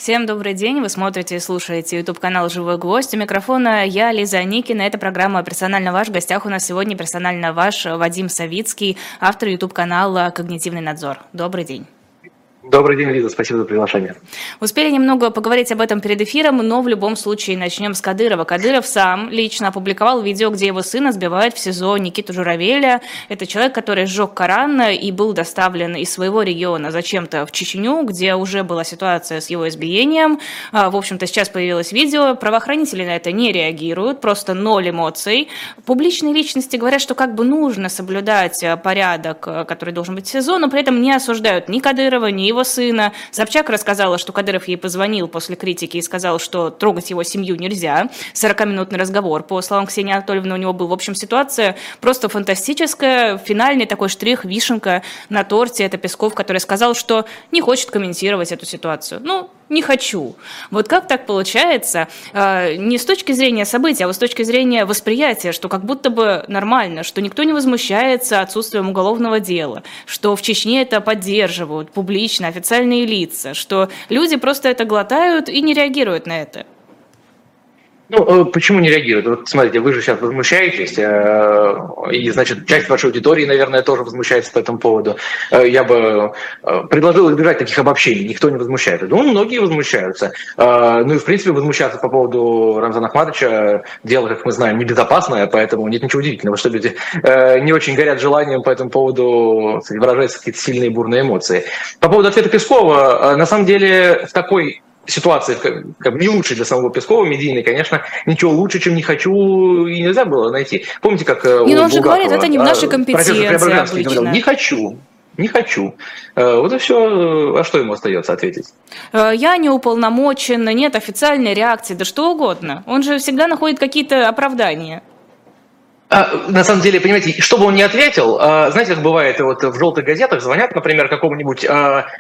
Всем добрый день, вы смотрите и слушаете YouTube-канал «Живой гвоздь». У микрофона я, Лиза Никина. Это программа «Персонально ваш». В гостях у нас сегодня персонально ваш Вадим Савицкий, автор YouTube-канала «Когнитивный надзор». Добрый день. Добрый день, Лиза, спасибо за приглашение. Успели немного поговорить об этом перед эфиром, но в любом случае начнем с Кадырова. Кадыров сам лично опубликовал видео, где его сына сбивают в СИЗО Никиту Журавеля. Это человек, который сжег Коран и был доставлен из своего региона зачем-то в Чечню, где уже была ситуация с его избиением. В общем-то, сейчас появилось видео. Правоохранители на это не реагируют, просто ноль эмоций. Публичные личности говорят, что как бы нужно соблюдать порядок, который должен быть в СИЗО, но при этом не осуждают ни Кадырова, ни его сына. Собчак рассказала, что Кадыров ей позвонил после критики и сказал, что трогать его семью нельзя. 40-минутный разговор, по словам Ксении Анатольевны, у него был. В общем, ситуация просто фантастическая. Финальный такой штрих, вишенка на торте. Это Песков, который сказал, что не хочет комментировать эту ситуацию. Не хочу. Вот как так получается? Не с точки зрения событий, а вот с точки зрения восприятия, что как будто бы нормально, что никто не возмущается отсутствием уголовного дела, что в Чечне это поддерживают публично официальные лица, что люди просто это глотают и не реагируют на это. Почему не реагируют? Вот смотрите, вы же сейчас возмущаетесь, и, значит, часть вашей аудитории, наверное, тоже возмущается по этому поводу. Я бы предложил избежать таких обобщений, никто не возмущается. Многие возмущаются. И, в принципе, возмущаться по поводу Рамзана Ахматовича дело, как мы знаем, небезопасное, поэтому нет ничего удивительного, что люди не очень горят желанием по этому поводу выражать какие-то сильные бурные эмоции. По поводу ответа Пескова, на самом деле, в такой ситуации, как не лучше для самого Пескова, медийной, конечно, ничего лучше, чем «не хочу», и нельзя было найти. Помните, как у Булгакова, он же говорит, это не в нашей компетенции обычно. Говорил, не хочу. Вот и все. А что ему остается ответить? Я не уполномочен, нет официальной реакции, да что угодно. Он же всегда находит какие-то оправдания. На самом деле, понимаете, что бы он ни ответил, знаете, как бывает, вот в желтых газетах звонят, например, какому-нибудь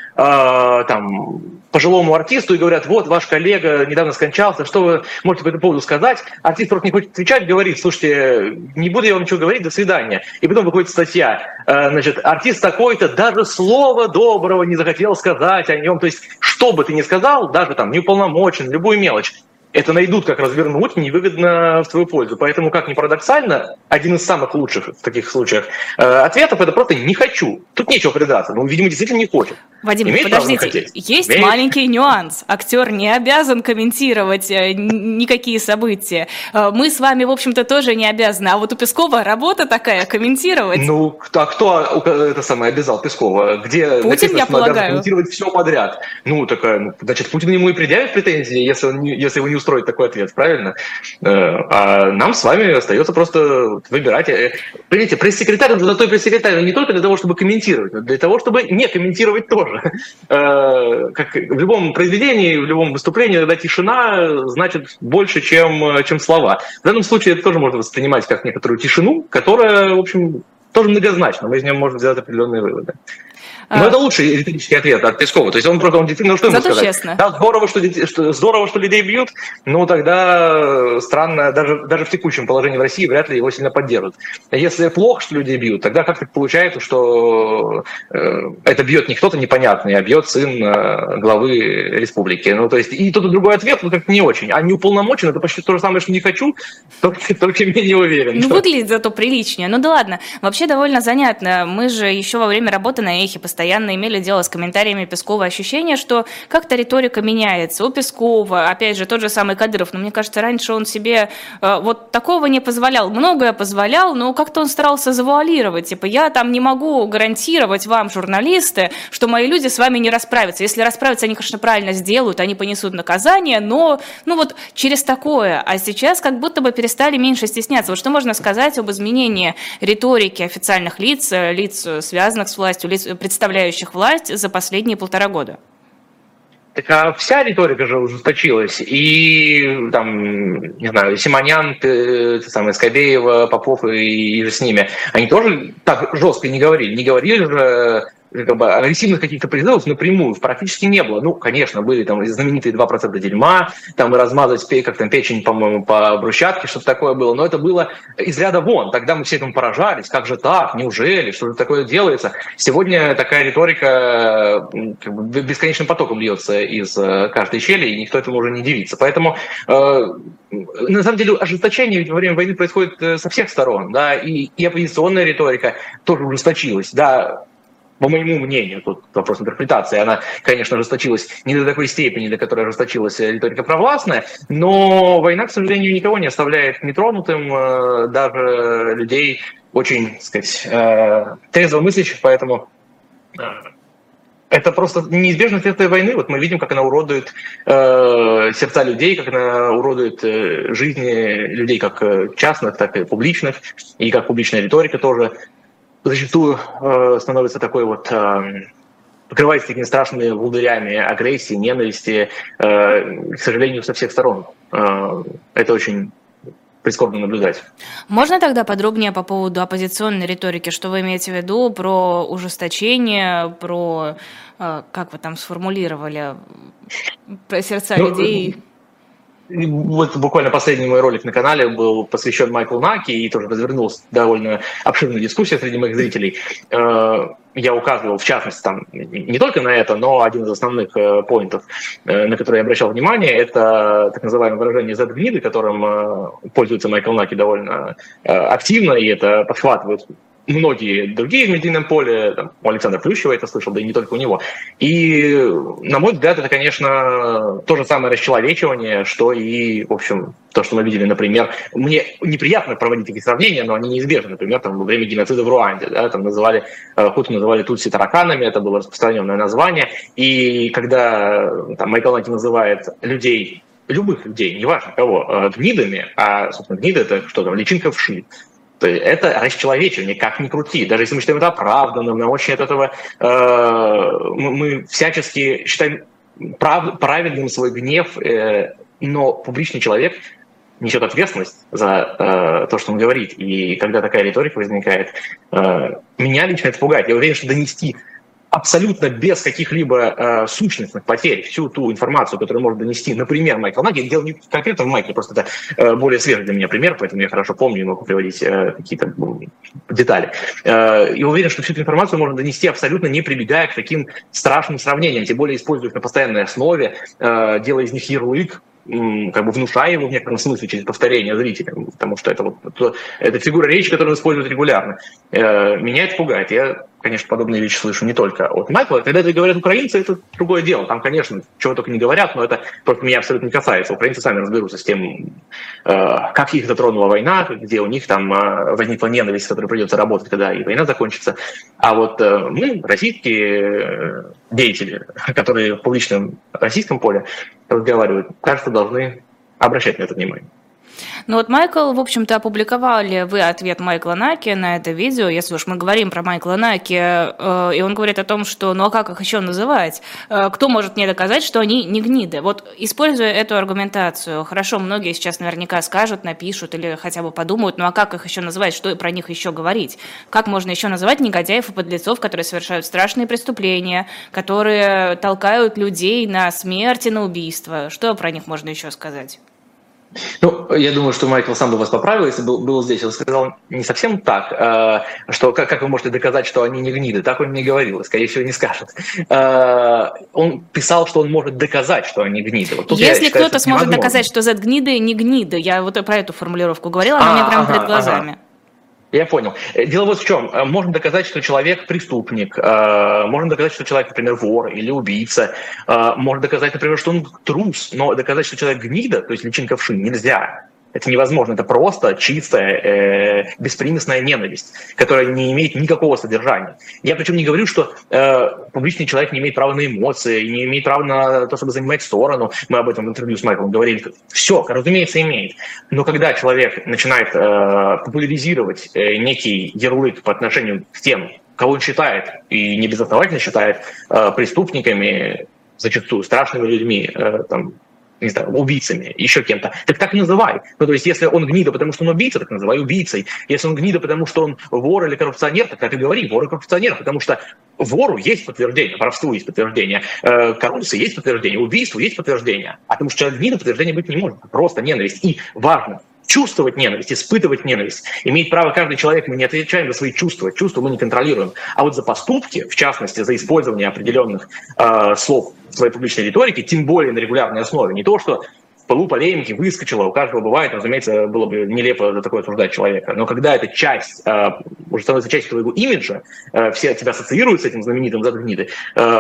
пожилому артисту и говорят: вот, ваш коллега недавно скончался, что вы можете по этому поводу сказать? Артист просто не хочет отвечать, говорит: слушайте, не буду я вам ничего говорить, до свидания. И потом выходит статья, значит, артист такой-то даже слова доброго не захотел сказать о нем. То есть, что бы ты ни сказал, даже там неуполномочен, любую мелочь, это найдут, как развернуть невыгодно в твою пользу. Поэтому, как ни парадоксально, один из самых лучших в таких случаях ответов — это просто «не хочу». Тут нечего придраться. Видимо, действительно не хочет. Вадим, подождите, есть маленький нюанс. Актер не обязан комментировать никакие события. Мы с вами, в общем-то, тоже не обязаны. А вот у Пескова работа такая — комментировать. А кто это самое обязал Пескова? Где Путин, я полагаю. Обязан комментировать все подряд? Значит, Путин ему и предъявит претензии, если его не устроит такой ответ, правильно? А нам с вами остается просто выбирать. Понимаете, пресс-секретарь, он золотой пресс-секретарь, не только для того, чтобы комментировать, но для того, чтобы не комментировать тоже. Как в любом произведении, в любом выступлении, когда тишина значит больше, чем слова. В данном случае это тоже можно воспринимать как некоторую тишину, которая, в общем, тоже многозначна. Мы из нее можем сделать определенные выводы. Но это лучший риторический ответ от Пескова. То есть он действительно, что ему сказать? Честно. Да, здорово, что людей бьют, но тогда странно, даже в текущем положении в России вряд ли его сильно поддержат. Если плохо, что людей бьют, тогда как так получается, что это бьет не кто-то непонятный, а бьет сын главы республики. То есть и тот и другой ответ, как не очень. А не уполномочен — это почти то же самое, что не хочу, только менее уверен. Выглядит зато приличнее. Да ладно. Вообще довольно занятно. Мы же еще во время работы на «Эхе» постоянно имели дело с комментариями Пескова. Ощущение, что как-то риторика меняется. У Пескова, опять же, тот же самый Кадыров. Но мне кажется, раньше он себе вот такого не позволял. Многое позволял, но как-то он старался завуалировать. Типа, я там не могу гарантировать вам, журналисты, что мои люди с вами не расправятся. Если расправятся, они, конечно, правильно сделают, они понесут наказание, но вот через такое. А сейчас как будто бы перестали меньше стесняться. Вот что можно сказать об изменении риторики официальных лиц, связанных с властью, лиц, представляющих власть за последние 1,5 года? Так а вся риторика же ужесточилась. И там, не знаю, Симонян, Скобеева, Попов и же с ними. Они тоже так жестко не говорили. Не говорили же как бы агрессивных каких-то призывов напрямую практически не было. Ну, конечно, были там знаменитые 2% дерьма, там и размазывать как там печень, по-моему, по брусчатке, что-то такое было, но это было из ряда вон. Тогда мы все этому поражались, как же так, неужели, что же такое делается? Сегодня такая риторика как бы бесконечным потоком льется из каждой щели, и никто этому уже не дивится. Поэтому, на самом деле, ожесточение ведь во время войны происходит со всех сторон, да, и оппозиционная риторика тоже ужесточилась, да. По моему мнению, тут вопрос интерпретации, она, конечно, ожесточилась не до такой степени, до которой ожесточилась риторика провластная, но война, к сожалению, никого не оставляет нетронутым, даже людей очень, так сказать, трезвомыслящих, поэтому это просто неизбежность этой войны. Вот мы видим, как она уродует сердца людей, как она уродует жизни людей как частных, так и публичных, и как публичная риторика тоже зачастую становится такой вот, покрывается такими страшными волдырями агрессии, ненависти, к сожалению, со всех сторон. Это очень прискорбно наблюдать. Можно тогда подробнее по поводу оппозиционной риторики, что вы имеете в виду, про ужесточение, про, как вы там сформулировали, про сердца людей? Вот буквально последний мой ролик на канале был посвящен Майклу Наки, и тоже развернулась довольно обширная дискуссия среди моих зрителей. Я указывал, в частности, там не только на это, но один из основных поинтов, на который я обращал внимание, это так называемое выражение Z-гниды, которым пользуется Майкл Наки довольно активно, и это подхватывают многие другие в медийном поле, там, у Александра Плющева это слышал, да и не только у него. И, на мой взгляд, это, конечно, то же самое расчеловечивание, что и, в общем, то, что мы видели, например, мне неприятно проводить такие сравнения, но они неизбежны. Например, там, во время геноцида в Руанде, да, там хуту называли тутси тараканами, это было распространенное название. И когда там, Майкл Наки называет людей, любых людей, неважно кого, гнидами, а, собственно, гнида — это что там, личинка вши. Это расчеловечивание, как ни крути. Даже если мы считаем это оправданным, мы очень от этого мы всячески считаем праведным свой гнев, но публичный человек несет ответственность за то, что он говорит. И когда такая риторика возникает, меня лично это пугает. Я уверен, что донести абсолютно без каких-либо сущностных потерь всю ту информацию, которую может донести, например, Майкл Наки. Дело не конкретно в Майкле, просто это более свежий для меня пример, поэтому я хорошо помню и могу приводить какие-то детали. И уверен, что всю эту информацию можно донести абсолютно не прибегая к таким страшным сравнениям, тем более используя их на постоянной основе, делая из них ярлык, как бы внушая его в некотором смысле через повторение зрителям, потому что это фигура речи, которую он использует регулярно. Меня это пугает. Я, конечно, подобные вещи слышу не только от Майкла. Когда это говорят украинцы, это другое дело. Там, конечно, чего только не говорят, но это просто меня абсолютно не касается. Украинцы сами разберутся с тем, как их затронула война, где у них там возникла ненависть, с которой придется работать, когда и война закончится. А вот мы, российские деятели, которые в публичном российском поле разговаривают, кажется, должны обращать на это внимание. Ну вот Майкл, в общем-то, опубликовали вы ответ Майкла Наки на это видео, если уж мы говорим про Майкла Наки, и он говорит о том, что, ну а как их еще называть? Кто может мне доказать, что они не гниды? Вот, используя эту аргументацию, хорошо, многие сейчас наверняка скажут, напишут или хотя бы подумают, ну а как их еще называть, что про них еще говорить? Как можно еще называть негодяев и подлецов, которые совершают страшные преступления, которые толкают людей на смерть и на убийство? Что про них можно еще сказать? Ну, я думаю, что Майкл сам бы вас поправил, если бы был здесь. Он сказал не совсем так, что как вы можете доказать, что они не гниды. Так он не говорил, скорее всего, не скажет. Он писал, что он может доказать, что они гниды. Вот если кто-то сможет доказать, что Z-гниды не гниды, я вот про эту формулировку говорила, она у меня прямо перед глазами. Я понял. Дело вот в чем. Можно доказать, что человек преступник, можно доказать, что человек, например, вор или убийца, можно доказать, например, что он трус, но доказать, что человек гнида, то есть личинка вши, нельзя. Это невозможно. Это просто чистая, беспримесная ненависть, которая не имеет никакого содержания. Я причем не говорю, что публичный человек не имеет права на эмоции, не имеет права на то, чтобы занимать сторону. Мы об этом в интервью с Майклом говорили. Все, разумеется, имеет. Но когда человек начинает популяризировать некий ярлык по отношению к тем, кого он считает, и не безосновательно считает преступниками, зачастую страшными людьми, там, не знаю, убийцами, еще кем-то, так и называй. Ну, то есть, если он гнида, потому что он убийца, так называй убийцей. Если он гнида, потому что он вор или коррупционер, так и говори, вор и коррупционер, потому что вору есть подтверждение, воровству есть подтверждение, коррупции есть подтверждение, убийству есть подтверждение. А потому что человек гнида подтверждения быть не может. Просто ненависть. И важно, чувствовать ненависть, испытывать ненависть. Имеет право каждый человек, мы не отвечаем за свои чувства, чувства мы не контролируем. А вот за поступки, в частности, за использование определенных слов в своей публичной риторике, тем более на регулярной основе, не то, что в пылу полемики выскочило, у каждого бывает, разумеется, было бы нелепо за такое осуждать человека. Но когда эта часть уже становится частью твоего имиджа, все от тебя ассоциируют с этим знаменитым задгниды,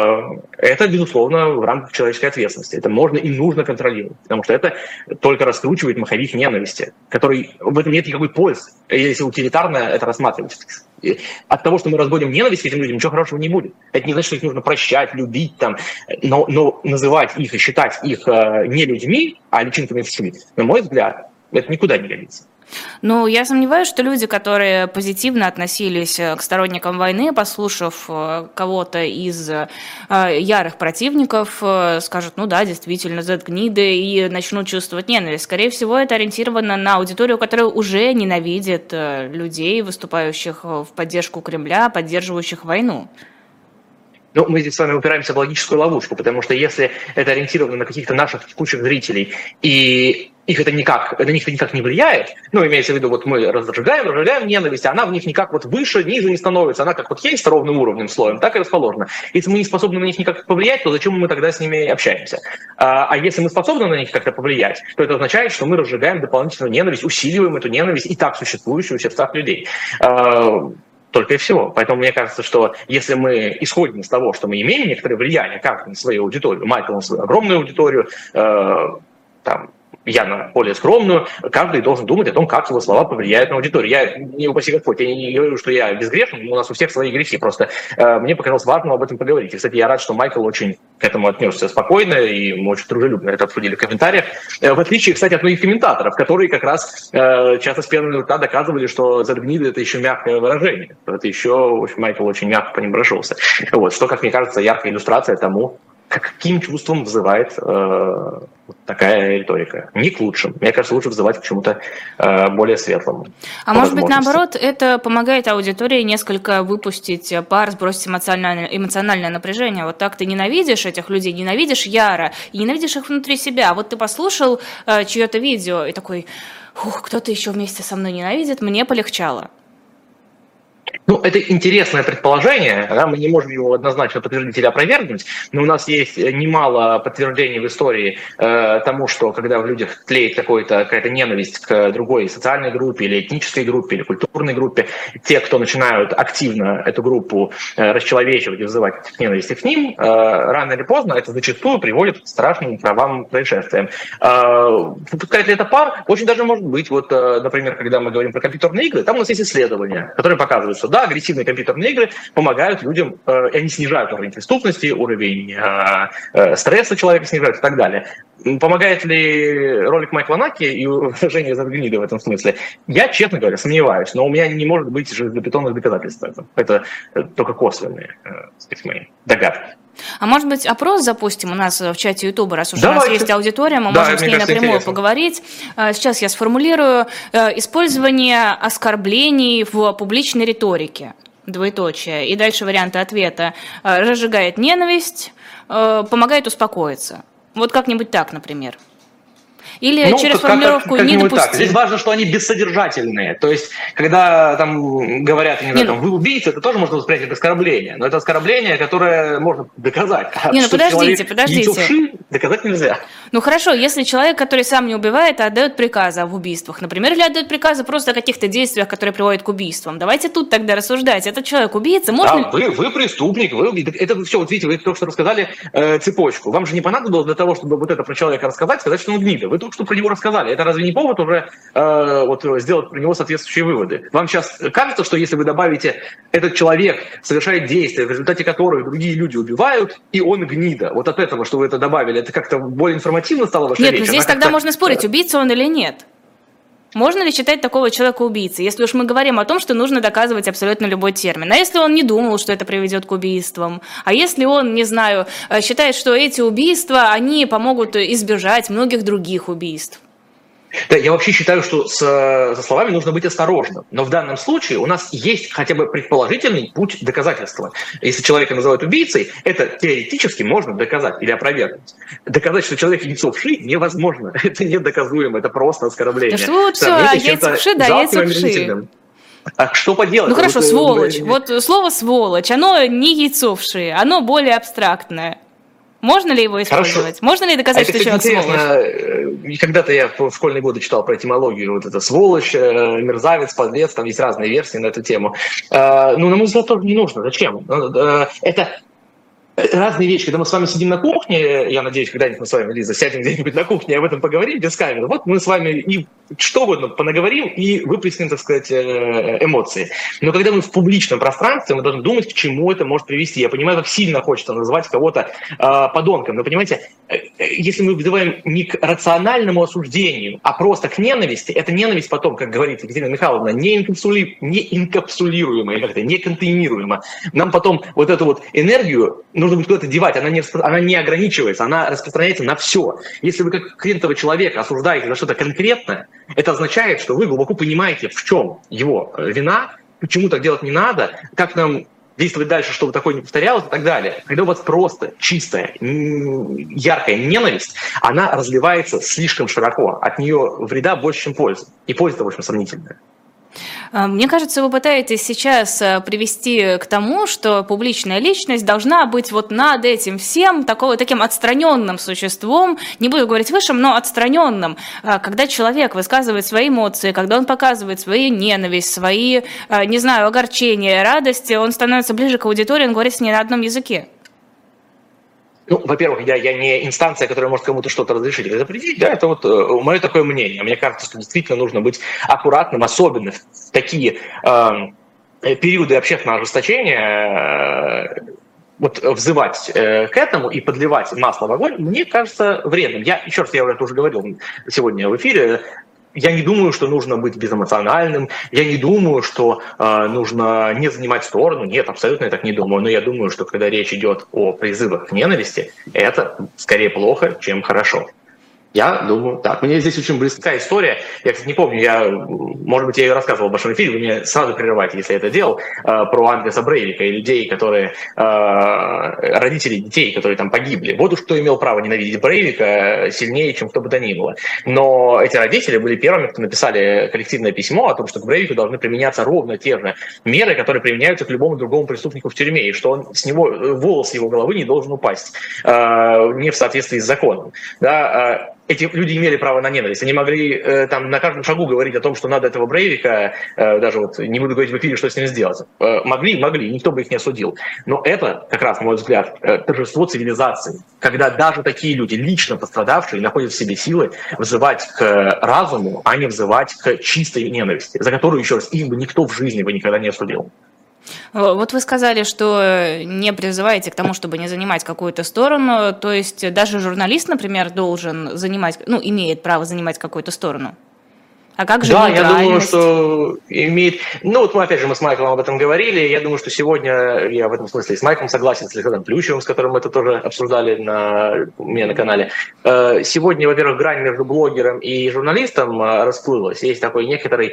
это, безусловно, в рамках человеческой ответственности. Это можно и нужно контролировать, потому что это только раскручивает маховик ненависти, который в этом нет никакой пользы, если утилитарно это рассматривать. От того, что мы разводим ненависть к этим людям, ничего хорошего не будет. Это не значит, что их нужно прощать, любить, там, но называть их и считать их не людьми, а личинками в СМИ, на мой взгляд, это никуда не годится. Ну, я сомневаюсь, что люди, которые позитивно относились к сторонникам войны, послушав кого-то из ярых противников, скажут, ну да, действительно, Z-гниды, и начнут чувствовать ненависть. Скорее всего, это ориентировано на аудиторию, которая уже ненавидит людей, выступающих в поддержку Кремля, поддерживающих войну. Ну, мы здесь с вами упираемся в логическую ловушку, потому что если это ориентировано на каких-то наших текущих зрителей, и их это никак не влияет, ну, имеется в виду, вот мы разжигаем ненависть, а она в них никак вот выше, ниже не становится, она как вот есть ровным уровнем, слоем, так и расположена. Если мы не способны на них никак повлиять, то зачем мы тогда с ними общаемся? А если мы способны на них как-то повлиять, то это означает, что мы разжигаем дополнительную ненависть, усиливаем эту ненависть и так существующую в сердцах людей. Только и всего. Поэтому мне кажется, что если мы исходим из того, что мы имеем некоторое влияние каждый на свою аудиторию, Майкл на свою огромную аудиторию, там, я на более скромную, каждый должен думать о том, как его слова повлияют на аудиторию. Я не упаси Господь, я не говорю, что я безгрешен, у нас у всех свои грехи, просто мне показалось важным об этом поговорить. И, кстати, я рад, что Майкл очень к этому отнесся спокойно, и мы очень дружелюбно это обсудили в комментариях. В отличие, кстати, от многих комментаторов, которые как раз часто с первого минута доказывали, что Z-гниды — это еще мягкое выражение. Это еще, в общем, Майкл очень мягко по ним прошелся. Вот, что, как мне кажется, яркая иллюстрация тому, каким чувством вызывает такая риторика. Не к лучшему. Мне кажется, лучше вызывать к чему-то более светлому. А может быть, наоборот, это помогает аудитории несколько выпустить пар, сбросить эмоциональное напряжение. Вот так ты ненавидишь этих людей, ненавидишь яро, и ненавидишь их внутри себя. Вот ты послушал чье-то видео и такой, кто-то еще вместе со мной ненавидит, мне полегчало. Ну, это интересное предположение, да, мы не можем его однозначно подтвердить или опровергнуть, но у нас есть немало подтверждений в истории тому, что когда в людях тлеет какая-то ненависть к другой социальной группе или этнической группе или культурной группе, те, кто начинают активно эту группу расчеловечивать и вызывать ненависть к ним, рано или поздно это зачастую приводит к страшным кровавым происшествиям. Выпускает ли это пар? Очень даже может быть. Вот, например, когда мы говорим про компьютерные игры, там у нас есть исследования, которые показывают, что да, агрессивные компьютерные игры помогают людям, и они снижают уровень преступности, уровень стресса человека снижают и так далее. Помогает ли ролик Майкла Наки и выражение Z-гниды в этом смысле? Я, честно говоря, сомневаюсь, но у меня не может быть железобетонных доказательств этого. Это только косвенные, так сказать, мои догадки. А может быть, опрос запустим у нас в чате Ютуба, раз уж у нас есть аудитория, мы можем с ней напрямую поговорить. Сейчас я сформулирую. Использование оскорблений в публичной риторике, двоеточие, и дальше варианты ответа. Разжигает ненависть, помогает успокоиться. Вот как-нибудь так, например. Или через формулировку «не допустить». Здесь важно, что они бессодержательные. То есть, когда там говорят, вы убийца, это тоже можно воспринять как оскорбление. Но это оскорбление, которое можно доказать. Подождите. Доказать нельзя. Ну хорошо, если человек, который сам не убивает, а отдает приказы об убийствах, например, или отдает приказы просто о каких-то действиях, которые приводят к убийствам, давайте тут тогда рассуждать. Этот человек убийца, можно... Да, вы преступник, вы убийца. Это все, вот видите, вы только что рассказали цепочку. Вам же не понадобилось для того, чтобы вот это про человека рассказать, сказать, что он гнида. Вы только что про него рассказали. Это разве не повод уже сделать про него соответствующие выводы? Вам сейчас кажется, что если вы добавите, этот человек совершает действия, в результате которых другие люди убивают, и он гнида. Вот от этого, что вы это добавили, это как-то более информативно стало ваша речь? Нет, здесь тогда можно спорить, убийца он или нет. Можно ли считать такого человека убийцей, если уж мы говорим о том, что нужно доказывать абсолютно любой термин? А если он не думал, что это приведет к убийствам? А если он, не знаю, считает, что эти убийства, они помогут избежать многих других убийств? Да, я вообще считаю, что со словами нужно быть осторожным. Но в данном случае у нас есть хотя бы предположительный путь доказательства. Если человека называют убийцей, это теоретически можно доказать или опровергнуть. Доказать, что человек яйцо вши, невозможно. Это недоказуемо, это просто оскорбление. Да что вот все, яйцо вши, да, яйцо вши. А что поделать? Ну хорошо, сволочь. Вот слово сволочь, оно не яйцо вши, оно более абстрактное. Можно ли его использовать? Хорошо. Можно ли доказать, что человек сволочь? Когда-то я в школьные годы читал про этимологию, вот это сволочь, мерзавец, подлец, там есть разные версии на эту тему. Ну, на мой взгляд, тоже не нужно. Зачем? Это разные вещи. Когда мы с вами сидим на кухне, я надеюсь, когда-нибудь мы с вами, Лиза, сядем где-нибудь на кухне и об этом поговорим без камеры. Вот мы с вами и что угодно понаговорим и выплеснем, так сказать, эмоции. Но когда мы в публичном пространстве, мы должны думать, к чему это может привести. Я понимаю, как сильно хочется называть кого-то подонком. Но понимаете, если мы вызываем не к рациональному осуждению, а просто к ненависти, эта ненависть потом, как говорит Екатерина Михайловна, не инкапсулируема, как-то не контейнируема. Нам потом вот эту вот энергию нужно будет куда-то девать, она не ограничивается, она распространяется на все. Если вы как конкретного человека осуждаете за что-то конкретное, это означает, что вы глубоко понимаете, в чем его вина, почему так делать не надо, как нам действовать дальше, чтобы такое не повторялось и так далее. Когда у вас просто чистая, яркая ненависть, она разливается слишком широко. От нее вреда больше, чем пользы. И польза-то, в общем, сомнительная. Мне кажется, вы пытаетесь сейчас привести к тому, что публичная личность должна быть вот над этим всем таким отстраненным существом, не буду говорить высшим, но отстраненным. Когда человек высказывает свои эмоции, когда он показывает свою ненависть, свои, не знаю, огорчения, радости, он становится ближе к аудитории, он говорит с ней на одном языке. Ну, во-первых, я не инстанция, которая может кому-то что-то разрешить или запретить, да, это вот мое такое мнение. Мне кажется, что действительно нужно быть аккуратным, особенно в такие периоды общественного ожесточения, вот взывать к этому и подливать масло в огонь, мне кажется вредным. Еще раз, я это уже говорил сегодня в эфире, я не думаю, что нужно быть безэмоциональным, я не думаю, что нужно не занимать сторону, нет, абсолютно я так не думаю, но я думаю, что когда речь идет о призывах к ненависти, это скорее плохо, чем хорошо. Я думаю, так. Мне здесь очень близкая история. Я, кстати, не помню, может быть, я ее рассказывал в вашем эфире, вы меня сразу прерываете, если я это делал, про Андреса Брейвика и людей, которые, родителей детей, которые там погибли. Вот уж кто имел право ненавидеть Брейвика сильнее, чем кто бы то ни было. Но эти родители были первыми, кто написали коллективное письмо о том, что к Брейвику должны применяться ровно те же меры, которые применяются к любому другому преступнику в тюрьме, и что с него волос его головы не должен упасть не в соответствии с законом. Да, эти люди имели право на ненависть. Они могли там на каждом шагу говорить о том, что надо этого Брейвика, даже вот не буду говорить в эфире, что с ним сделать. Могли, никто бы их не осудил. Но это, как раз, на мой взгляд, торжество цивилизации, когда даже такие люди, лично пострадавшие, находят в себе силы взывать к разуму, а не взывать к чистой ненависти, за которую, еще раз, их бы никто в жизни бы никогда не осудил. Вот вы сказали, что не призываете к тому, чтобы не занимать какую-то сторону, то есть даже журналист, например, должен занимать, имеет право занимать какую-то сторону. А как же нейтральность? Да, я думаю, что имеет... вот мы с Майклом об этом говорили. Я думаю, что сегодня, я в этом смысле с Майклом согласен, с Александром Плющевым, с которым мы это тоже обсуждали у меня на канале. Сегодня, во-первых, грань между блогером и журналистом расплылась. Есть такой некоторая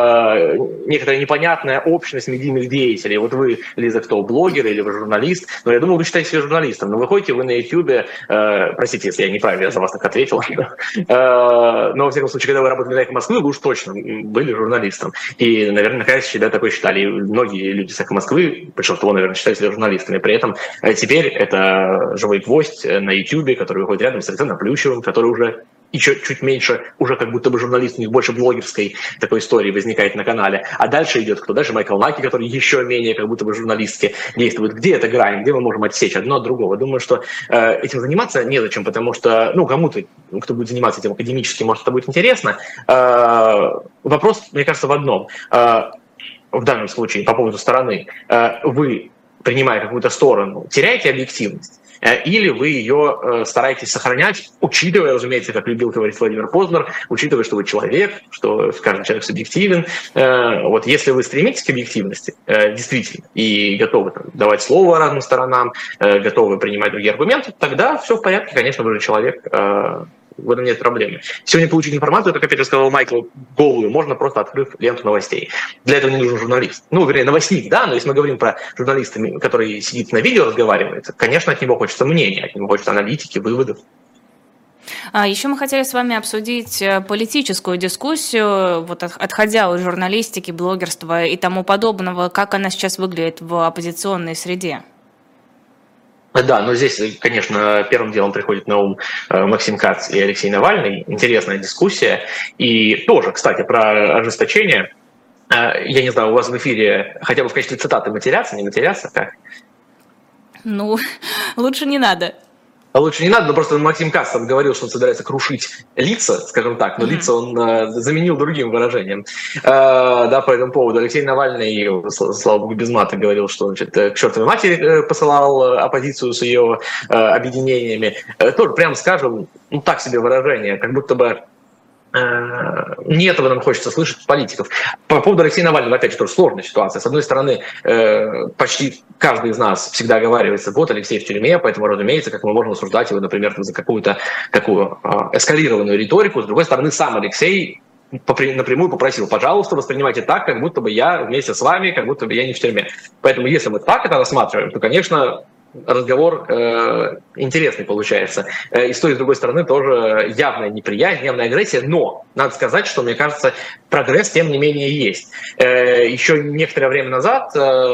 непонятная общность медийных деятелей. Вот вы, Лиза, кто, блогер или вы журналист? Но я думаю, вы считаете себя журналистом. Но выходите вы на YouTube, простите, если я неправильно за вас так ответил. Но, во всяком случае, когда вы работали на «Эхо Москвы», вы уж точно были журналистом. И, наверное, себя такой считали. И многие люди с «Эхо Москвы», большинство, наверное, считают себя журналистами. При этом теперь это «Живой гвоздь» на YouTube, который выходит рядом с Александром Плющевым, который уже еще чуть меньше, уже как будто бы журналист, у них больше блогерской такой истории возникает на канале. А дальше идет кто? Дальше Майкл Наки, который еще менее как будто бы журналистски действует. Где эта грань? Где мы можем отсечь одно от другого? Думаю, что этим заниматься незачем, потому что, кому-то, кто будет заниматься этим академически, может, это будет интересно. Вопрос, мне кажется, в одном. В данном случае, по поводу стороны, вы, принимая какую-то сторону, теряете объективность. или вы ее стараетесь сохранять, учитывая, разумеется, как любил говорить Владимир Познер, учитывая, что вы человек, что каждый человек субъективен. Вот если вы стремитесь к объективности, действительно, и готовы давать слово разным сторонам, готовы принимать другие аргументы, тогда все в порядке, конечно, вы же человек, в этом нет проблемы. Сегодня получить информацию, как опять же сказал Майкл, голую, можно просто открыв ленту новостей. Для этого не нужен журналист. Ну, вернее, новостник, да, но если мы говорим про журналиста, который сидит на видео, разговаривает, конечно, от него хочется мнения, от него хочется аналитики, выводов. Еще мы хотели с вами обсудить политическую дискуссию, вот отходя от журналистики, блогерства и тому подобного, как она сейчас выглядит в оппозиционной среде. Да, но здесь, конечно, первым делом приходит на ум Максим Кац и Алексей Навальный. Интересная дискуссия. И тоже, кстати, про ожесточение. Я не знаю, у вас в эфире хотя бы в качестве цитаты матерятся, не матерятся? Как? Ну, лучше не надо. Лучше не надо, но просто Максим Кац там говорил, что он собирается крушить лица, скажем так, но лица он заменил другим выражением. Да, по этому поводу Алексей Навальный, слава богу, без мата говорил, что, значит, к чертовой матери посылал оппозицию с ее объединениями. Тоже, прямо скажем, ну так себе выражение, как будто бы не этого нам хочется слышать от политиков. По поводу Алексея Навального, опять же, тоже сложная ситуация. С одной стороны, почти каждый из нас всегда оговаривается, вот Алексей в тюрьме, поэтому, разумеется, как мы можем осуждать его, например, за какую-то такую эскалированную риторику. С другой стороны, сам Алексей напрямую попросил, пожалуйста, воспринимайте так, как будто бы я вместе с вами, как будто бы я не в тюрьме. Поэтому, если мы так это рассматриваем, то, конечно, разговор интересный получается. И с той, и с другой стороны тоже явная неприязнь, явная агрессия, но надо сказать, что, мне кажется, прогресс тем не менее есть. Еще некоторое время назад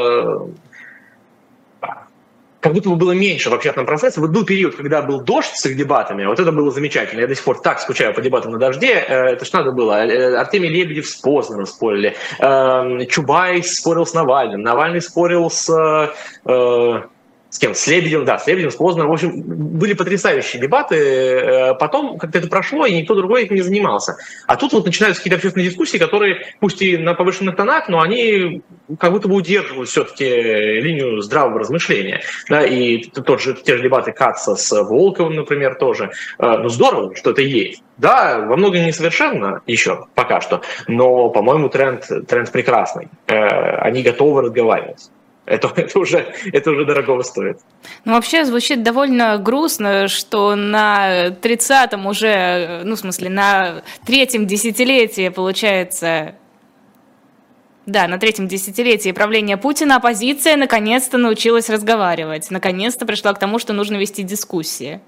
как будто бы было меньше в общественном пространстве. Вот был период, когда был дождь с их дебатами, вот это было замечательно. Я до сих пор так скучаю по дебатам на дожде. Это ж надо было. Артемий Лебедев с Познером спорили. Чубайс спорил с Навальным. Навальный спорил с кем? С Лебедевым, да, с Лебедевым, с Познером. В общем, были потрясающие дебаты. Потом как-то это прошло, и никто другой этим не занимался. А тут вот начинаются какие-то общественные дискуссии, которые, пусть и на повышенных тонах, но они как будто бы удерживают все-таки линию здравого размышления. Да, и те же дебаты Каца с Волковым, например, тоже. Ну, здорово, что это есть. Да, во многом несовершенно еще пока что, но, по-моему, тренд прекрасный. Они готовы разговаривать. Это уже дорогого стоит. Ну, вообще звучит довольно грустно, что на 30-м уже, ну, в смысле, на 3-м десятилетии, получается, да, на 3-м десятилетии правления Путина оппозиция наконец-то научилась разговаривать, наконец-то пришла к тому, что нужно вести дискуссии.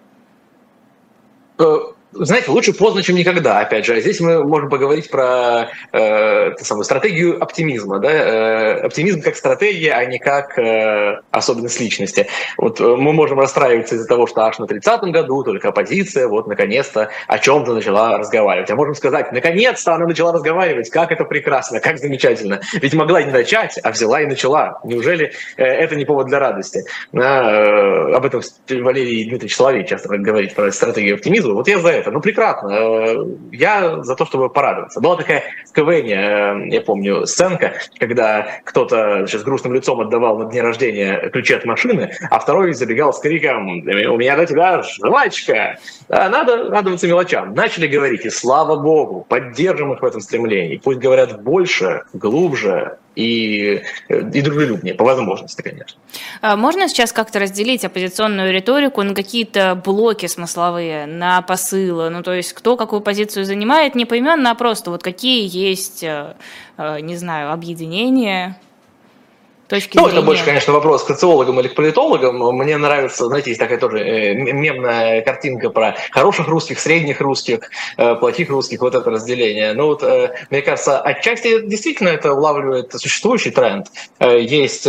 Знаете, лучше поздно, чем никогда, опять же. Здесь мы можем поговорить про стратегию оптимизма. Да? Оптимизм как стратегия, а не как особенность личности. Вот мы можем расстраиваться из-за того, что аж на 30-м году только оппозиция вот наконец-то о чем-то начала разговаривать. А можем сказать, наконец-то она начала разговаривать, как это прекрасно, как замечательно. Ведь могла не начать, а взяла и начала. Неужели это не повод для радости? Об этом Валерий Дмитриевич Соловей часто говорит про стратегию оптимизма. Вот я за это. Ну, прекрасно. Я за то, чтобы порадоваться. Была такая в КВН, я помню, сценка, когда кто-то с грустным лицом отдавал на дне рождения ключи от машины, а второй забегал с криком: «У меня для тебя жвачка!» Надо радоваться мелочам. Начали говорить, и слава богу, поддержим их в этом стремлении. Пусть говорят больше, глубже и дружелюбнее, по возможности, конечно. Можно сейчас как-то разделить оппозиционную риторику на какие-то блоки смысловые, на посылы? Ну, то есть, кто какую позицию занимает, не поименно, а просто вот какие есть, не знаю, объединения, точки зрения. Это больше, конечно, вопрос к социологам или к политологам. Мне нравится, знаете, есть такая тоже мемная картинка про хороших русских, средних русских, плохих русских, вот это разделение. Ну вот, мне кажется, отчасти действительно это улавливает существующий тренд. Есть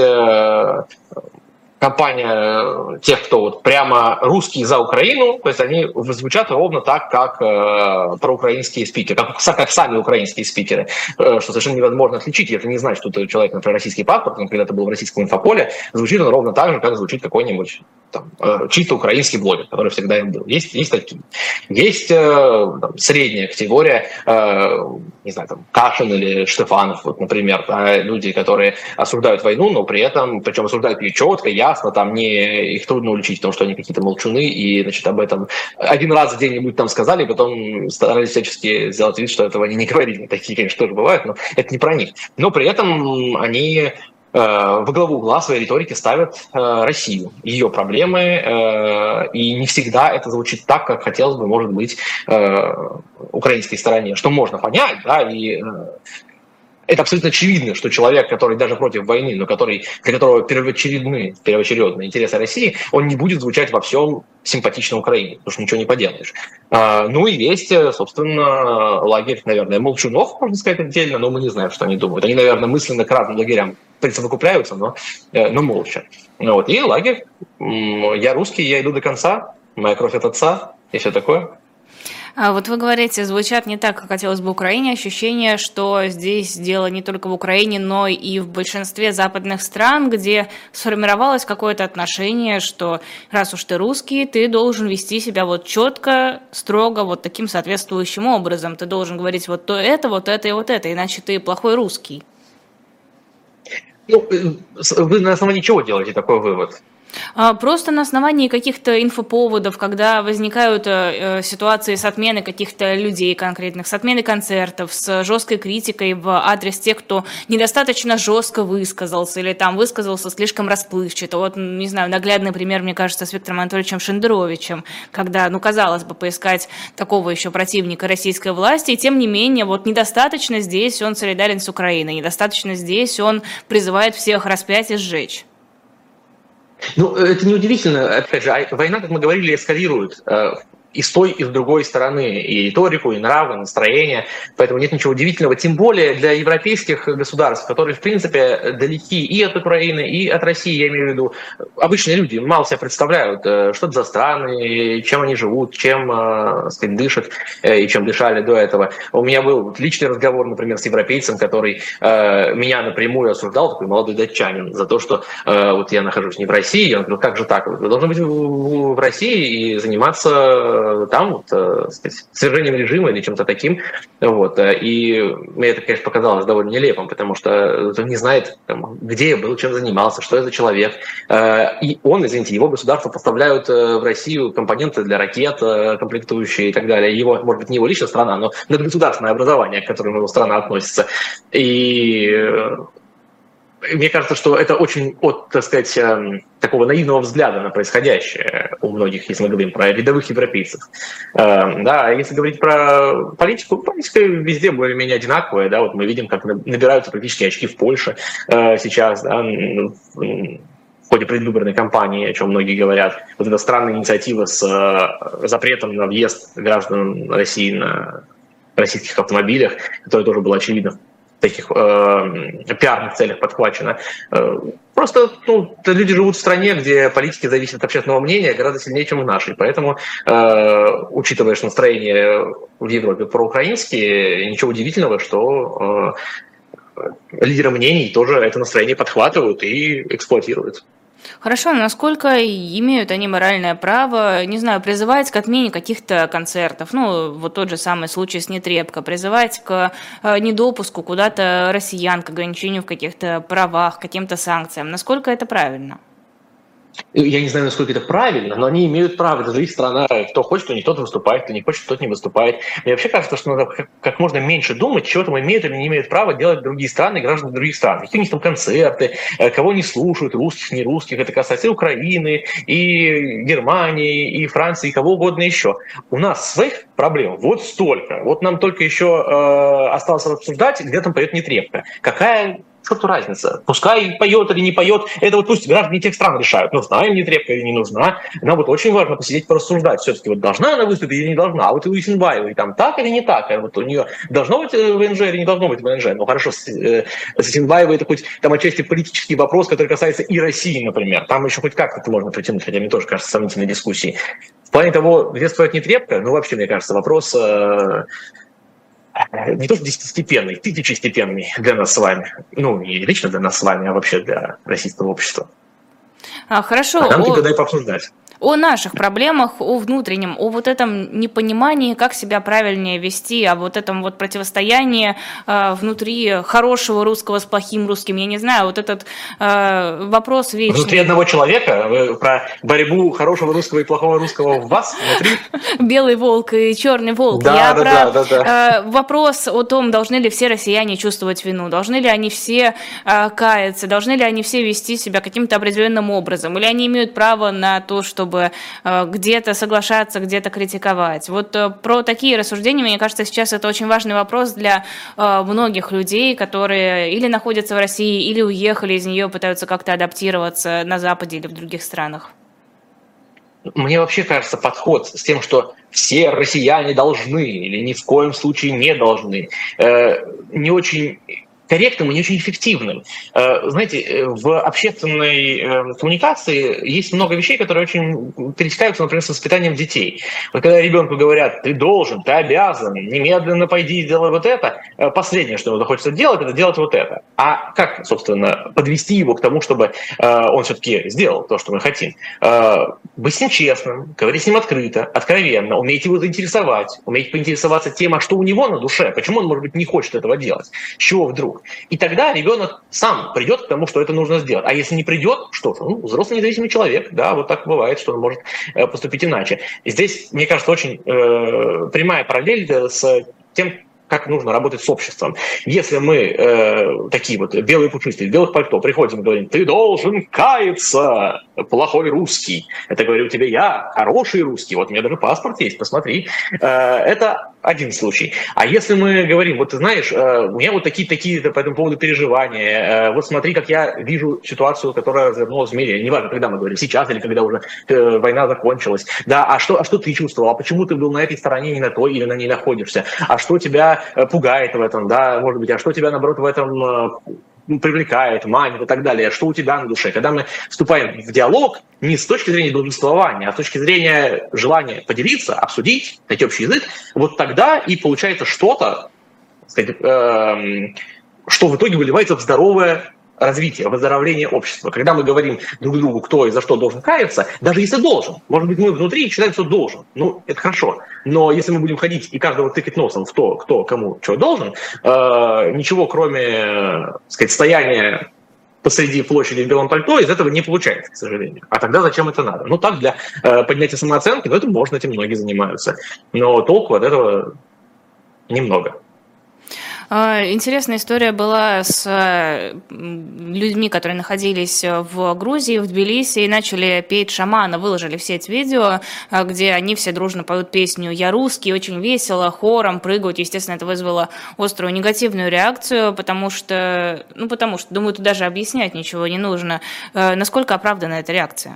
компания тех, кто вот прямо русские за Украину, то есть они звучат ровно так, как проукраинские спикеры, как сами украинские спикеры, что совершенно невозможно отличить. Это не значит, что это человек, например, российский паспорт, он когда-то был в российском инфополе, звучит он ровно так же, как звучит какой-нибудь там, чисто украинский блогер, который всегда им был. Есть такие. Есть там, средняя категория, не знаю, там, Кашин или Штефанов, вот, например, люди, которые осуждают войну, но при этом, причем осуждают ее четко, ясно, ясно, там их трудно уличить в том, что они какие-то молчуны, и, значит, об этом один раз где-нибудь там сказали, потом старались всячески сделать вид, что этого они не говорили. Такие, конечно, тоже бывают, но это не про них. Но при этом они во главу угла своей риторики ставят Россию, ее проблемы, и не всегда это звучит так, как хотелось бы, может быть, украинской стороне, что можно понять, да, и это абсолютно очевидно, что человек, который даже против войны, но для которого первоочередные интересы России, он не будет звучать во всем симпатично Украине, потому что ничего не поделаешь. Ну и есть, собственно, лагерь, наверное, молчунов, можно сказать отдельно, но мы не знаем, что они думают. Они, наверное, мысленно к разным лагерям присовокупляются, но молча. Вот. И лагерь «Я русский, я иду до конца, моя кровь от отца» и все такое. А вот вы говорите, звучат не так, как хотелось бы Украине. Ощущение, что здесь дело не только в Украине, но и в большинстве западных стран, где сформировалось какое-то отношение, что раз уж ты русский, ты должен вести себя вот четко, строго, вот таким соответствующим образом. Ты должен говорить вот то это, вот это и вот это, иначе ты плохой русский. Ну, вы на основании чего делаете такой вывод? Просто на основании каких-то инфоповодов, когда возникают ситуации с отменой каких-то людей конкретных, с отменой концертов, с жесткой критикой в адрес тех, кто недостаточно жестко высказался или там высказался слишком расплывчато. Вот, не знаю, наглядный пример, мне кажется, с Виктором Анатольевичем Шендеровичем, когда, казалось бы, поискать такого еще противника российской власти, и тем не менее, вот недостаточно здесь он солидарен с Украиной, недостаточно здесь он призывает всех распять и сжечь. Ну, это неудивительно. Опять же, война, как мы говорили, эскалирует и с той, и с другой стороны, и риторику, и нравы, и настроение. Поэтому нет ничего удивительного, тем более для европейских государств, которые, в принципе, далеки и от Украины, и от России, я имею в виду. Обычные люди мало себе представляют, что это за страны, чем они живут, чем, сказать, дышат, и чем дышали до этого. У меня был личный разговор, например, с европейцем, который меня напрямую осуждал, такой молодой датчанин, за то, что вот я нахожусь не в России. Он говорит, как же так? Вы должны быть в России и заниматься там, сказать, свержением режима или чем-то таким. Вот. И мне это, конечно, показалось довольно нелепым, потому что он не знает, где я был, чем занимался, что я за человек. И он, извините, его государство поставляют в Россию компоненты для ракет, комплектующие и так далее. Его, может быть, не его личная страна, но государственное образование, к которому его страна относится. И мне кажется, что это очень от, так сказать, такого наивного взгляда на происходящее у многих, если мы говорим про рядовых европейцев. Да, если говорить про политику, политика везде более-менее одинаковая. Да, вот мы видим, как набираются политические очки в Польше сейчас, да, в ходе предвыборной кампании, о чем многие говорят. Вот эта странная инициатива с запретом на въезд граждан России на российских автомобилях, которая тоже была очевидна в таких пиарных целях подхвачено. Просто люди живут в стране, где политики зависят от общественного мнения гораздо сильнее, чем в нашей. Поэтому, учитывая, что настроение в Европе проукраинские, ничего удивительного, что лидеры мнений тоже это настроение подхватывают и эксплуатируют. Хорошо, насколько имеют они моральное право, не знаю, призывать к отмене каких-то концертов, вот тот же самый случай с Нетребко, призывать к недопуску куда-то россиян, к ограничению в каких-то правах, к каким-то санкциям. Насколько это правильно? Я не знаю, насколько это правильно, но они имеют право, это же их страна. Кто хочет, то не тот выступает, кто не хочет, тот не выступает. Мне вообще кажется, что надо как можно меньше думать, чего там имеют или не имеют права делать другие страны, граждане других стран. Какие у них там концерты, кого не слушают, русских, не русских. Это касается и Украины, и Германии, и Франции, и кого угодно еще. У нас своих проблем вот столько. Вот нам только еще осталось обсуждать, где там поет Нетребко. Какая черту разница. Пускай поет или не поет, это вот пусть граждане тех стран решают, нужна им Нетребко или не нужна. Нам вот очень важно посидеть, порассуждать. Все-таки вот должна она выступить или не должна. А вот у Исенбаевой там так или не так. А вот у нее должно быть ВНЖ или не должно быть ВНЖ. Ну хорошо, с Исенбаевой это хоть там отчасти политический вопрос, который касается и России, например. Там еще хоть как-то это можно притянуть, хотя мне тоже кажется сомнительной дискуссии. В плане того, где стоит Нетребко, вообще, мне кажется, вопрос не то что десятистепенный, тысячестепенный для нас с вами. Не лично для нас с вами, а вообще для российского общества. Хорошо. А нам тогда и пообсуждать. о наших проблемах, о внутреннем, о вот этом непонимании, как себя правильнее вести, о вот этом вот противостоянии внутри хорошего русского с плохим русским. Я не знаю, вот этот вопрос вечный. Внутри одного человека? Вы про борьбу хорошего русского и плохого русского в вас внутри? Белый волк и черный волк. Я про вопрос о том, должны ли все россияне чувствовать вину, должны ли они все каяться, должны ли они все вести себя каким-то определенным образом, или они имеют право на то, чтобы где-то соглашаться, где-то критиковать. Вот про такие рассуждения, мне кажется, сейчас это очень важный вопрос для многих людей, которые или находятся в России, или уехали из нее, пытаются как-то адаптироваться на Западе или в других странах. Мне вообще кажется, подход с тем, что все россияне должны или ни в коем случае не должны, не очень корректным и не очень эффективным. Знаете, в общественной коммуникации есть много вещей, которые очень пересекаются, например, с воспитанием детей. Вот когда ребенку говорят: ты должен, ты обязан, немедленно пойди и сделай вот это, последнее, что ему захочется делать, это делать вот это. А как, собственно, подвести его к тому, чтобы он все-таки сделал то, что мы хотим? Быть с ним честным, говорить с ним открыто, откровенно, уметь его заинтересовать, уметь поинтересоваться тем, а что у него на душе, почему он, может быть, не хочет этого делать, с чего вдруг. И тогда ребенок сам придет к тому, что это нужно сделать. А если не придет, что ж, взрослый независимый человек, да, вот так бывает, что он может поступить иначе. И здесь, мне кажется, очень прямая параллель с тем, как нужно работать с обществом. Если мы такие вот белые пушистые, в белых пальто приходим и говорим: ты должен каяться, плохой русский. Это говорю тебе я, хороший русский, вот у меня даже паспорт есть, посмотри. Это один случай. А если мы говорим: вот ты знаешь, у меня вот такие-то по этому поводу переживания, вот смотри, как я вижу ситуацию, которая развернулась в мире, неважно, когда мы говорим, сейчас или когда уже война закончилась, да, а что ты чувствовал, а почему ты был на этой стороне, не на той, или на ней находишься, а что тебя пугает в этом, да, может быть, а что тебя, наоборот, в этом привлекает, манит и так далее, что у тебя на душе. Когда мы вступаем в диалог не с точки зрения долженствования, а с точки зрения желания поделиться, обсудить, найти общий язык, вот тогда и получается что-то, сказать, что в итоге выливается в здоровое развитие, выздоровление общества. Когда мы говорим друг другу, кто и за что должен каяться, даже если должен, может быть, мы внутри считаем, что должен, ну, это хорошо, но если мы будем ходить и каждого тыкать носом в то, кто кому что должен, ничего кроме, сказать, стояния посреди площади в белом пальто из этого не получается, к сожалению. А тогда зачем это надо? Ну, так, для поднятия самооценки, ну, это можно, этим многие занимаются, но толку от этого немного. Интересная история была с людьми, которые находились в Грузии, в Тбилиси, и начали петь шамана, выложили в сеть видео, где они все дружно поют песню «Я русский», очень весело, хором прыгают. Естественно, это вызвало острую негативную реакцию, потому что, думаю, тут даже объяснять ничего не нужно. Насколько оправдана эта реакция?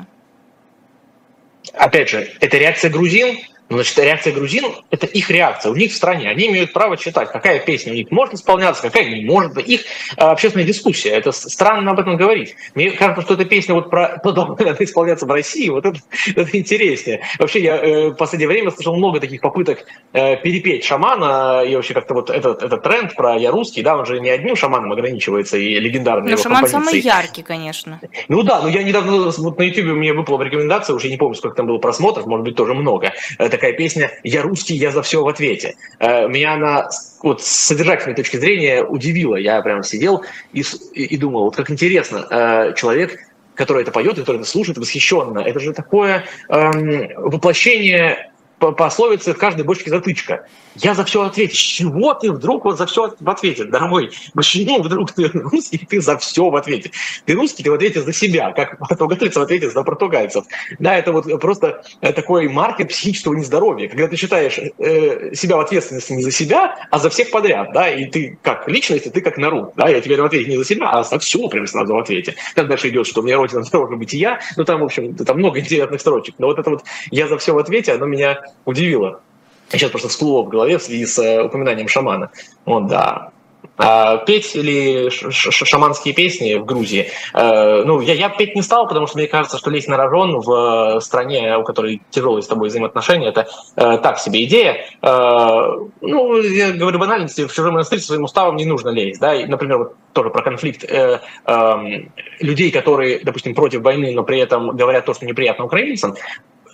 Опять же, это реакция грузин. Значит, реакция грузин – это их реакция, у них в стране. Они имеют право читать, какая песня у них может исполняться, какая не может. Их общественная дискуссия. Это странно об этом говорить. Мне кажется, что эта песня вот про то, должна ли она исполняться в России, вот это интереснее. Вообще, я в последнее время слышал много таких попыток перепеть шамана, и вообще как-то вот этот тренд про «Я русский», да, он же не одним шаманом ограничивается, и легендарный его шаман композиции. Самый яркий, конечно. Ну да, но я недавно вот на YouTube мне выпала рекомендация, уже не помню, сколько там было просмотров, может быть, тоже много. Такая песня «Я русский, я за все в ответе». Меня она вот с содержательной точки зрения удивила. Я прямо сидел и думал, вот как интересно, человек, который это поет, который это слушает восхищенно, это же такое воплощение пословицы «в каждой бочке затычка». Я за все ответить. С чего ты вдруг вот за все в ответе, дорогой? Почему вдруг ты русский, ты за все в ответе? Ты русский, ты в ответе за себя, как португальцы в ответе за португальцев. Да, это вот просто такой маркер психического нездоровья, когда ты считаешь себя в ответственности не за себя, а за всех подряд, да, и ты как личность, и ты как народ, да, я теперь в ответе не за себя, а за все прямо сразу в ответе. Там дальше идет, что у меня родина дороже бытия, ну там, в общем, там много интересных строчек, но вот это вот «я за все в ответе», оно меня удивило. Сейчас просто всплыло в голове в связи с упоминанием шамана. Вот, да. Петь или шаманские песни в Грузии. Ну, я петь не стал, потому что мне кажется, что лезть на рожон в стране, у которой тяжелые с тобой взаимоотношения, это так себе идея. Ну, я говорю банальности, в чужой монастырь своим уставом не нужно лезть. Да? И, например, вот тоже про конфликт людей, которые, допустим, против войны, но при этом говорят то, что неприятно украинцам.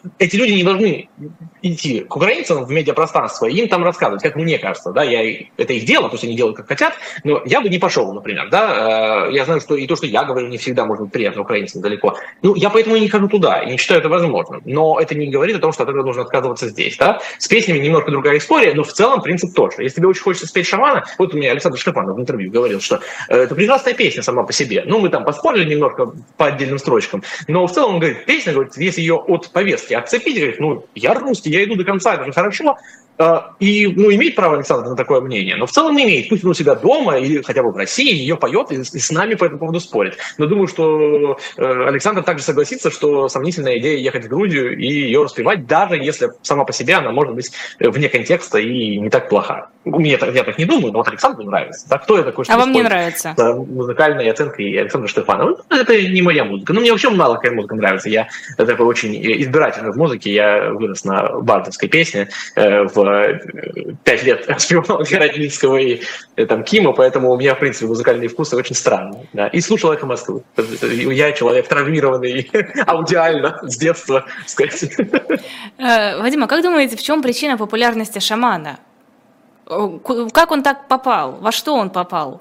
эти люди не должны идти к украинцам в медиапространство и им там рассказывать, как мне кажется, да, это их дело, пусть они делают как хотят, но я бы не пошел, например, да, я знаю, что и то, что я говорю, не всегда может быть приятно украинцам далеко, я поэтому и не хожу туда, и не считаю это возможным, но это не говорит о том, что от этого нужно отказываться здесь, да, с песнями немножко другая история, но в целом принцип тот же, если тебе очень хочется спеть «Шамана», вот у меня Александр Штепанов в интервью говорил, что это прекрасная песня сама по себе, мы там поспорили немножко по отдельным строчкам, но в целом он говорит, песня, говорит, если ее от повестки отцепить, говорит, я русский, я иду до конца, это же хорошо. И, имеет право Александр на такое мнение, но в целом имеет. Пусть он у себя дома или хотя бы в России ее поет и с нами по этому поводу спорит. Но думаю, что Александр также согласится, что сомнительная идея ехать в Грузию и ее распевать, даже если сама по себе она может быть вне контекста и не так плоха. Я так не думаю, но вот Александру нравится. Так, кто я такой, что вам не нравится? Музыкальной оценкой Александра Штепанова. Это не моя музыка. Мне вообще мало какая музыка нравится. Я такой очень избирательный в музыке. Я вырос на бардовской песне в 5 лет спевал Городницкого и Кима, поэтому у меня, в принципе, музыкальные вкусы очень странные. Да. И слушал «Эхо Москвы». Я человек травмированный аудиально с детства, сказать. Вадим, а как думаете, в чем причина популярности «Шамана»? Как он так попал? Во что он попал?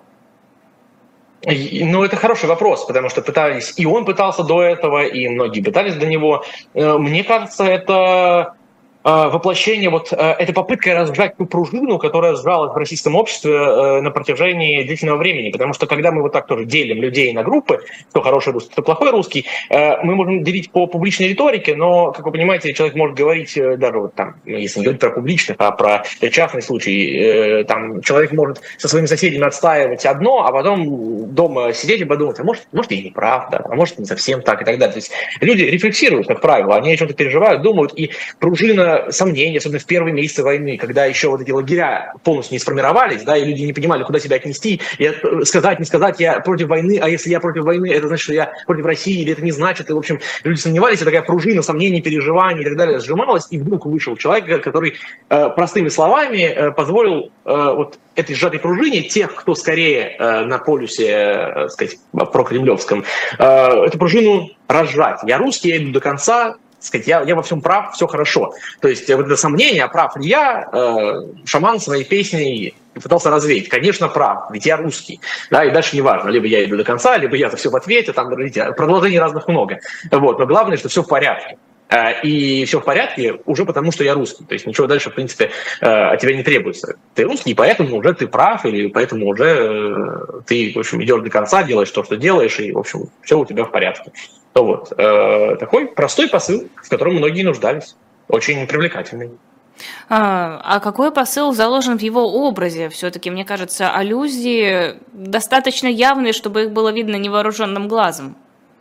Это хороший вопрос, потому что и он пытался до этого, и многие пытались до него. Мне кажется, это воплощение, этой попыткой разжать ту пружину, которая сжалась в российском обществе на протяжении длительного времени. Потому что когда мы так тоже делим людей на группы, кто хороший русский, кто плохой русский, мы можем делить по публичной риторике, но, как вы понимаете, человек может говорить даже если не говорить про публичных, а про частный случай, человек может со своими соседями отстаивать одно, а потом дома сидеть и подумать, а может я и не прав, да, а может не совсем так и так далее. То есть люди рефлексируют, как правило, они о чем-то переживают, думают, и пружина сомнения, особенно в первые месяцы войны, когда еще эти лагеря полностью не сформировались, да, и люди не понимали, куда себя отнести, и сказать, не сказать, я против войны, а если я против войны, это значит, что я против России, или это не значит, и, в общем, люди сомневались, и такая пружина сомнений, переживаний и так далее сжималась, и вдруг вышел человек, который простыми словами позволил этой сжатой пружине тех, кто скорее на полюсе, сказать, прокремлевском, эту пружину разжать. Я русский, я иду до конца, сказать, я во всем прав, все хорошо. То есть это сомнение, прав ли я, Шаман своей песней пытался развеять. Конечно, прав, ведь я русский. Да, и дальше неважно, либо я иду до конца, либо я за все в ответе, продолжений разных много. Но главное, что все в порядке. И все в порядке уже потому, что я русский. То есть ничего дальше, в принципе, от тебя не требуется. Ты русский, и поэтому уже ты прав, или поэтому уже ты, в общем, идешь до конца, делаешь то, что делаешь, и, в общем, все у тебя в порядке. Такой простой посыл, в котором многие нуждались. Очень привлекательный. А какой посыл заложен в его образе? Все-таки, мне кажется, аллюзии достаточно явные, чтобы их было видно невооруженным глазом.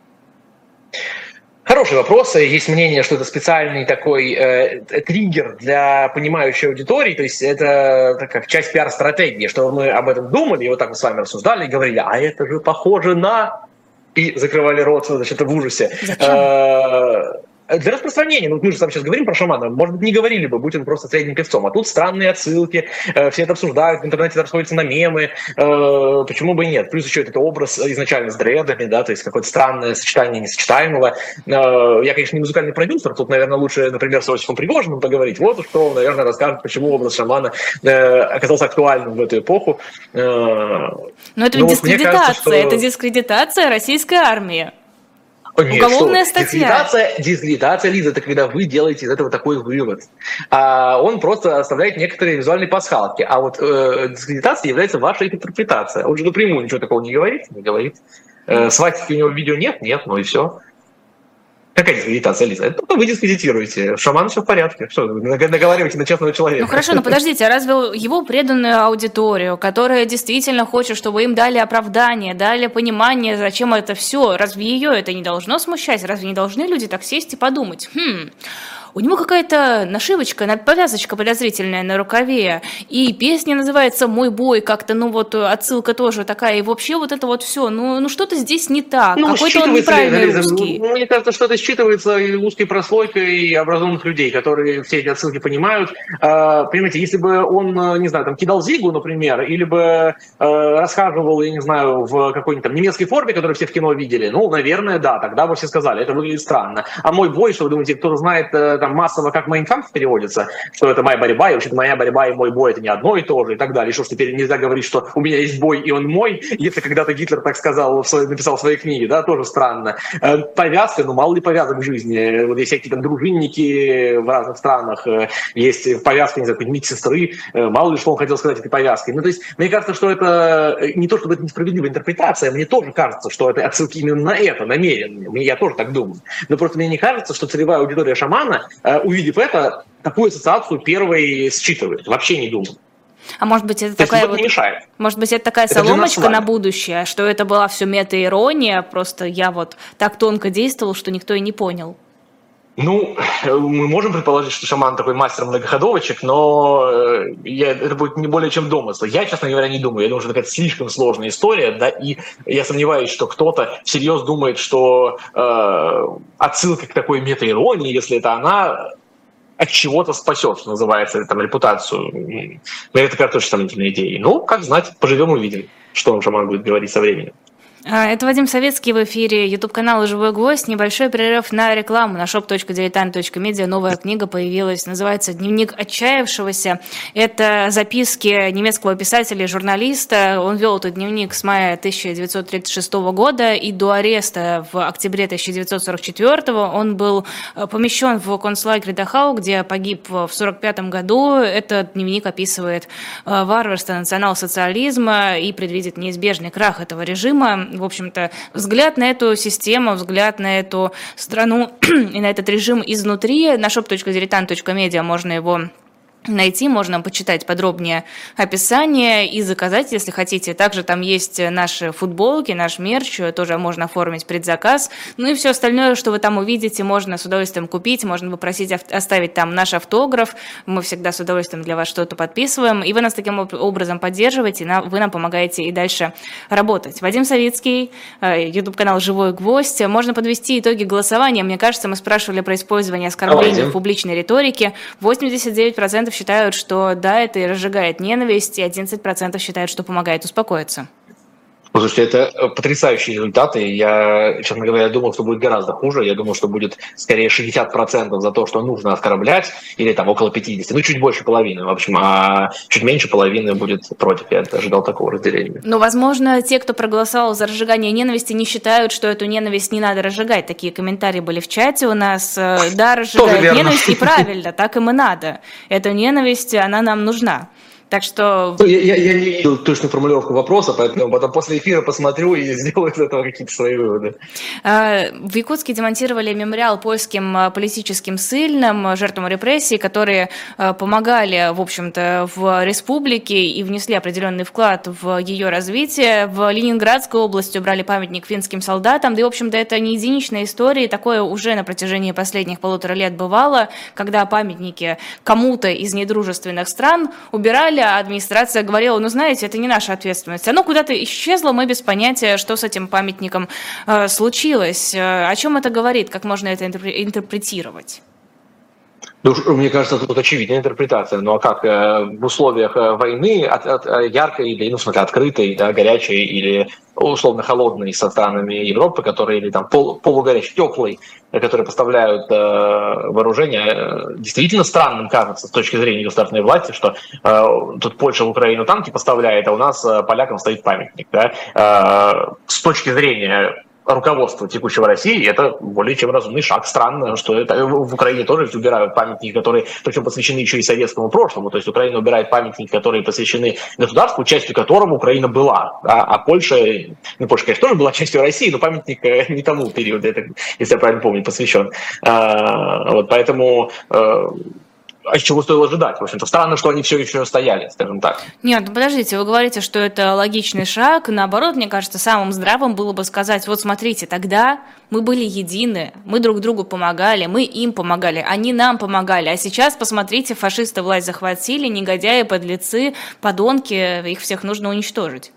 Хороший вопрос. Есть мнение, что это специальный такой триггер для понимающей аудитории, то есть это как часть пиар-стратегии, что мы об этом думали, и вот так мы с вами рассуждали и говорили, а это же похоже на... И закрывали рот, в ужасе. Зачем? Для распространения, мы же сейчас говорим про Шамана, может быть, не говорили бы, будь он просто средним певцом. А тут странные отсылки, все это обсуждают, в интернете это расходится на мемы, почему бы и нет. Плюс еще этот образ изначально с дредами, да, то есть какое-то странное сочетание несочетаемого. Я, конечно, не музыкальный продюсер, тут, наверное, лучше, например, с Осипом Пригожиным поговорить. Вот что он, наверное, расскажет, почему образ Шамана оказался актуальным в эту эпоху. Но это дискредитация, кажется, что... это дискредитация российской армии. Нет, уголовная статья. Дискредитация, Лиза, это когда вы делаете из этого такой вывод. Он просто оставляет некоторые визуальные пасхалки. А вот дискредитация является вашей интерпретацией. Он же напрямую ничего такого не говорит. Свастики у него в видео нет, ну и все. Какая дискредитация, Лиза? Это вы дискредитируете. Шаман все в порядке. Что вы наговариваете на честного человека? Ну хорошо, но подождите, а разве его преданную аудиторию, которая действительно хочет, чтобы им дали оправдание, дали понимание, зачем это все, разве ее это не должно смущать? Разве не должны люди так сесть и подумать? у него какая-то нашивочка, повязочка подозрительная на рукаве, и песня называется «Мой бой», как-то, ну вот отсылка тоже такая, и вообще вот это вот все, ну что-то здесь не так, какой-то он неправильный русский. Мне кажется, что это считывается и узкой прослойкой и образованных людей, которые все эти отсылки понимают. Понимаете, если бы он, не знаю, там кидал зигу, например, или бы расхаживал, я не знаю, в какой-нибудь там немецкой форме, которую все в кино видели, ну, наверное, да, тогда бы все сказали, это выглядит странно. А «Мой бой», что вы думаете, кто знает там массово, как «Mein Kampf» переводится, что это «моя борьба», и вообще-то «моя борьба» и «мой бой» — это не одно и то же, и так далее. И что ж теперь нельзя говорить, что у меня есть бой, и он мой, если когда-то Гитлер так сказал, написал в своей книге, да, тоже странно. Повязка, ну, мало ли повязок в жизни. Вот есть всякие там дружинники в разных странах, есть повязка, не знаю, какой-нибудь медсестры, мало ли что он хотел сказать этой повязкой. Ну, то есть, мне кажется, что это не то, чтобы это несправедливая интерпретация, мне тоже кажется, что это отсылки именно на это, намеренно. Я тоже так думаю. Но просто мне не кажется, что целевая аудитория шамана, увидев это, такую ассоциацию первой считывает. Вообще не думаю. А может быть, это такая вот, может быть, это такая соломочка на будущее, что это была все мета-ирония, просто я вот так тонко действовал, что никто и не понял. Ну, мы можем предположить, что шаман такой мастер многоходовочек, но это будет не более чем домысл. Я, честно говоря, не думаю. Я думаю, что это слишком сложная история, да, и я сомневаюсь, что кто-то всерьез думает, что отсылка к такой мета-иронии, если это она, от чего-то спасет, что называется, там, репутацию. Мне это кажется очень сомнительной идеей. Ну, как знать, поживем увидим, что шаман будет говорить со временем. Это Вадим Савицкий в эфире YouTube-канала «Живой гвоздь». Небольшой перерыв на рекламу. На shop.diletant.media новая книга появилась. Называется «Дневник отчаявшегося». Это записки немецкого писателя и журналиста. Он вел этот дневник с мая 1936 года и до ареста в октябре 1944. Он был помещен в концлагерь Дахау, где погиб в 1945 году. Этот дневник описывает варварство национал-социализма и предвидит неизбежный крах этого режима. В общем-то, взгляд на эту систему, взгляд на эту страну и на этот режим изнутри. На shop.diletant.media можно его найти, можно почитать подробнее описание и заказать, если хотите. Также там есть наши футболки, наш мерч, тоже можно оформить предзаказ. Ну и все остальное, что вы там увидите, можно с удовольствием купить, можно попросить оставить там наш автограф. Мы всегда с удовольствием для вас что-то подписываем. И вы нас таким образом поддерживаете, и вы нам помогаете и дальше работать. Вадим Савицкий, YouTube-канал «Живой гвоздь». Можно подвести итоги голосования. Мне кажется, мы спрашивали про использование оскорблений в публичной риторике. 89% считают, что да, это и разжигает ненависть, и 11% считают, что помогает успокоиться. Слушайте, это потрясающие результаты. Я, честно говоря, думал, что будет гораздо хуже. Я думал, что будет скорее 60% за то, что нужно оскорблять, или там около 50%. Ну, чуть больше половины, в общем, а чуть меньше половины будет против. Я ожидал такого разделения. Но, возможно, те, кто проголосовал за разжигание ненависти, не считают, что эту ненависть не надо разжигать. Такие комментарии были в чате у нас. Да, разжигают ненависть, и правильно, так им и надо. Эта ненависть, она нам нужна. Так что... Я не видел точную формулировку вопроса, поэтому потом после эфира посмотрю и сделаю из этого какие-то свои выводы. В Якутске демонтировали мемориал польским политическим ссыльным, жертвам репрессий, которые помогали, в общем-то, в республике и внесли определенный вклад в ее развитие. В Ленинградской области убрали памятник финским солдатам, да и, в общем-то, это не единичная история, такое уже на протяжении последних 1,5 лет бывало, когда памятники кому-то из недружественных стран убирали, а администрация говорила, ну, знаете, это не наша ответственность. Оно куда-то исчезло, мы без понятия, что с этим памятником случилось. О чем это говорит, как можно это интерпретировать? Ну, мне кажется, тут очевидная интерпретация. Ну а как в условиях войны, яркой или, ну, в смысле, открытой, да, горячей или условно холодной со странами Европы, которые, или там полугорячей, теплой, которые поставляют вооружение, действительно странным кажется с точки зрения государственной власти, что тут Польша в Украину танки поставляет, а у нас полякам стоит памятник. Да? С точки зрения руководство текущего России, это более чем разумный шаг. Странно, что это в Украине тоже убирают памятники, которые, причем посвящены еще и советскому прошлому. То есть Украина убирает памятники, которые посвящены государству, частью которого Украина была. Да? А Польша, ну, Польша, конечно, тоже была частью России, но памятник не тому периоду, это, если я правильно помню, посвящен. Вот, поэтому А чего стоило ожидать? В общем-то, странно, что они все еще стояли, скажем так. Нет, ну подождите, вы говорите, что это логичный шаг. Наоборот, мне кажется, самым здравым было бы сказать, вот смотрите, тогда мы были едины, мы друг другу помогали, мы им помогали, они нам помогали. А сейчас, посмотрите, фашисты власть захватили, негодяи, подлецы, подонки, их всех нужно уничтожить.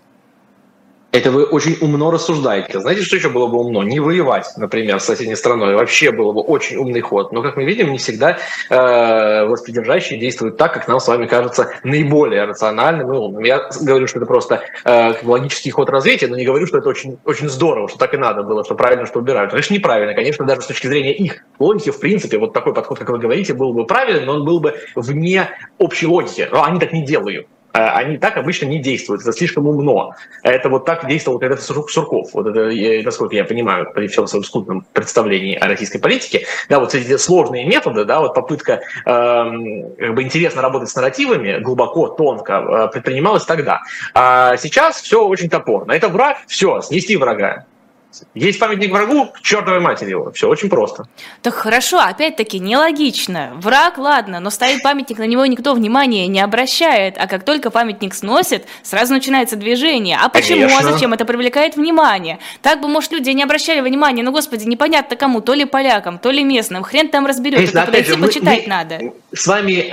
Это вы очень умно рассуждаете. Знаете, что еще было бы умно? Не воевать, например, с соседней страной. Вообще было бы очень умный ход. Но, как мы видим, не всегда властьпридержащие действуют так, как нам с вами кажется наиболее рациональным и умным. Я говорю, что это просто логический ход развития, но не говорю, что это очень, очень здорово, что так и надо было, что правильно, что убирают. Конечно, неправильно. Конечно, даже с точки зрения их логики, в принципе, вот такой подход, как вы говорите, был бы правильный, но он был бы вне общей логики. Но они так не делают. Они так обычно не действуют, это слишком умно. Это вот так действовал когда-то Сурков, вот это, насколько я понимаю, при всем своем скудном представлении о российской политике. Да, вот эти сложные методы, да, вот попытка как бы интересно работать с нарративами, глубоко, тонко, предпринималась тогда. А сейчас все очень топорно. Это враг, все, снести врага. Есть памятник врагу, к чертовой матери его. Все очень просто. Так хорошо, опять-таки, нелогично. Враг, ладно, но стоит памятник, на него никто внимания не обращает. А как только памятник сносит, сразу начинается движение. А почему? Конечно. А зачем? Это привлекает внимание. Так бы, может, люди не обращали внимания. Ну, господи, непонятно кому, то ли полякам, то ли местным. Хрен там разберет, это подойти почитать надо. С вами,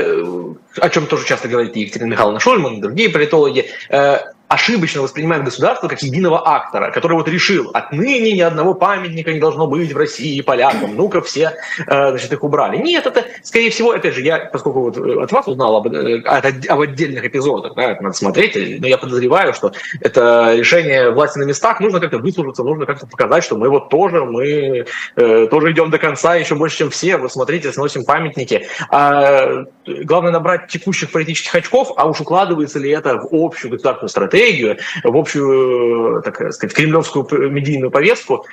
о чем тоже часто говорит Екатерина Михайловна Шульман и другие политологи, ошибочно воспринимают государство как единого актора, который вот решил, отныне ни одного памятника не должно быть в России полякам, ну-ка все, значит, их убрали. Нет, это, скорее всего, опять же, я, поскольку вот от вас узнал об отдельных эпизодах, да, это надо смотреть, но я подозреваю, что это решение власти на местах, нужно как-то выслужиться, нужно как-то показать, что мы вот тоже, мы тоже идем до конца, еще больше, чем все, вот смотрите, сносим памятники. Главное набрать текущих политических очков, а уж укладывается ли это в общую государственную стратегию, в общую, так сказать, кремлевскую медийную повестку,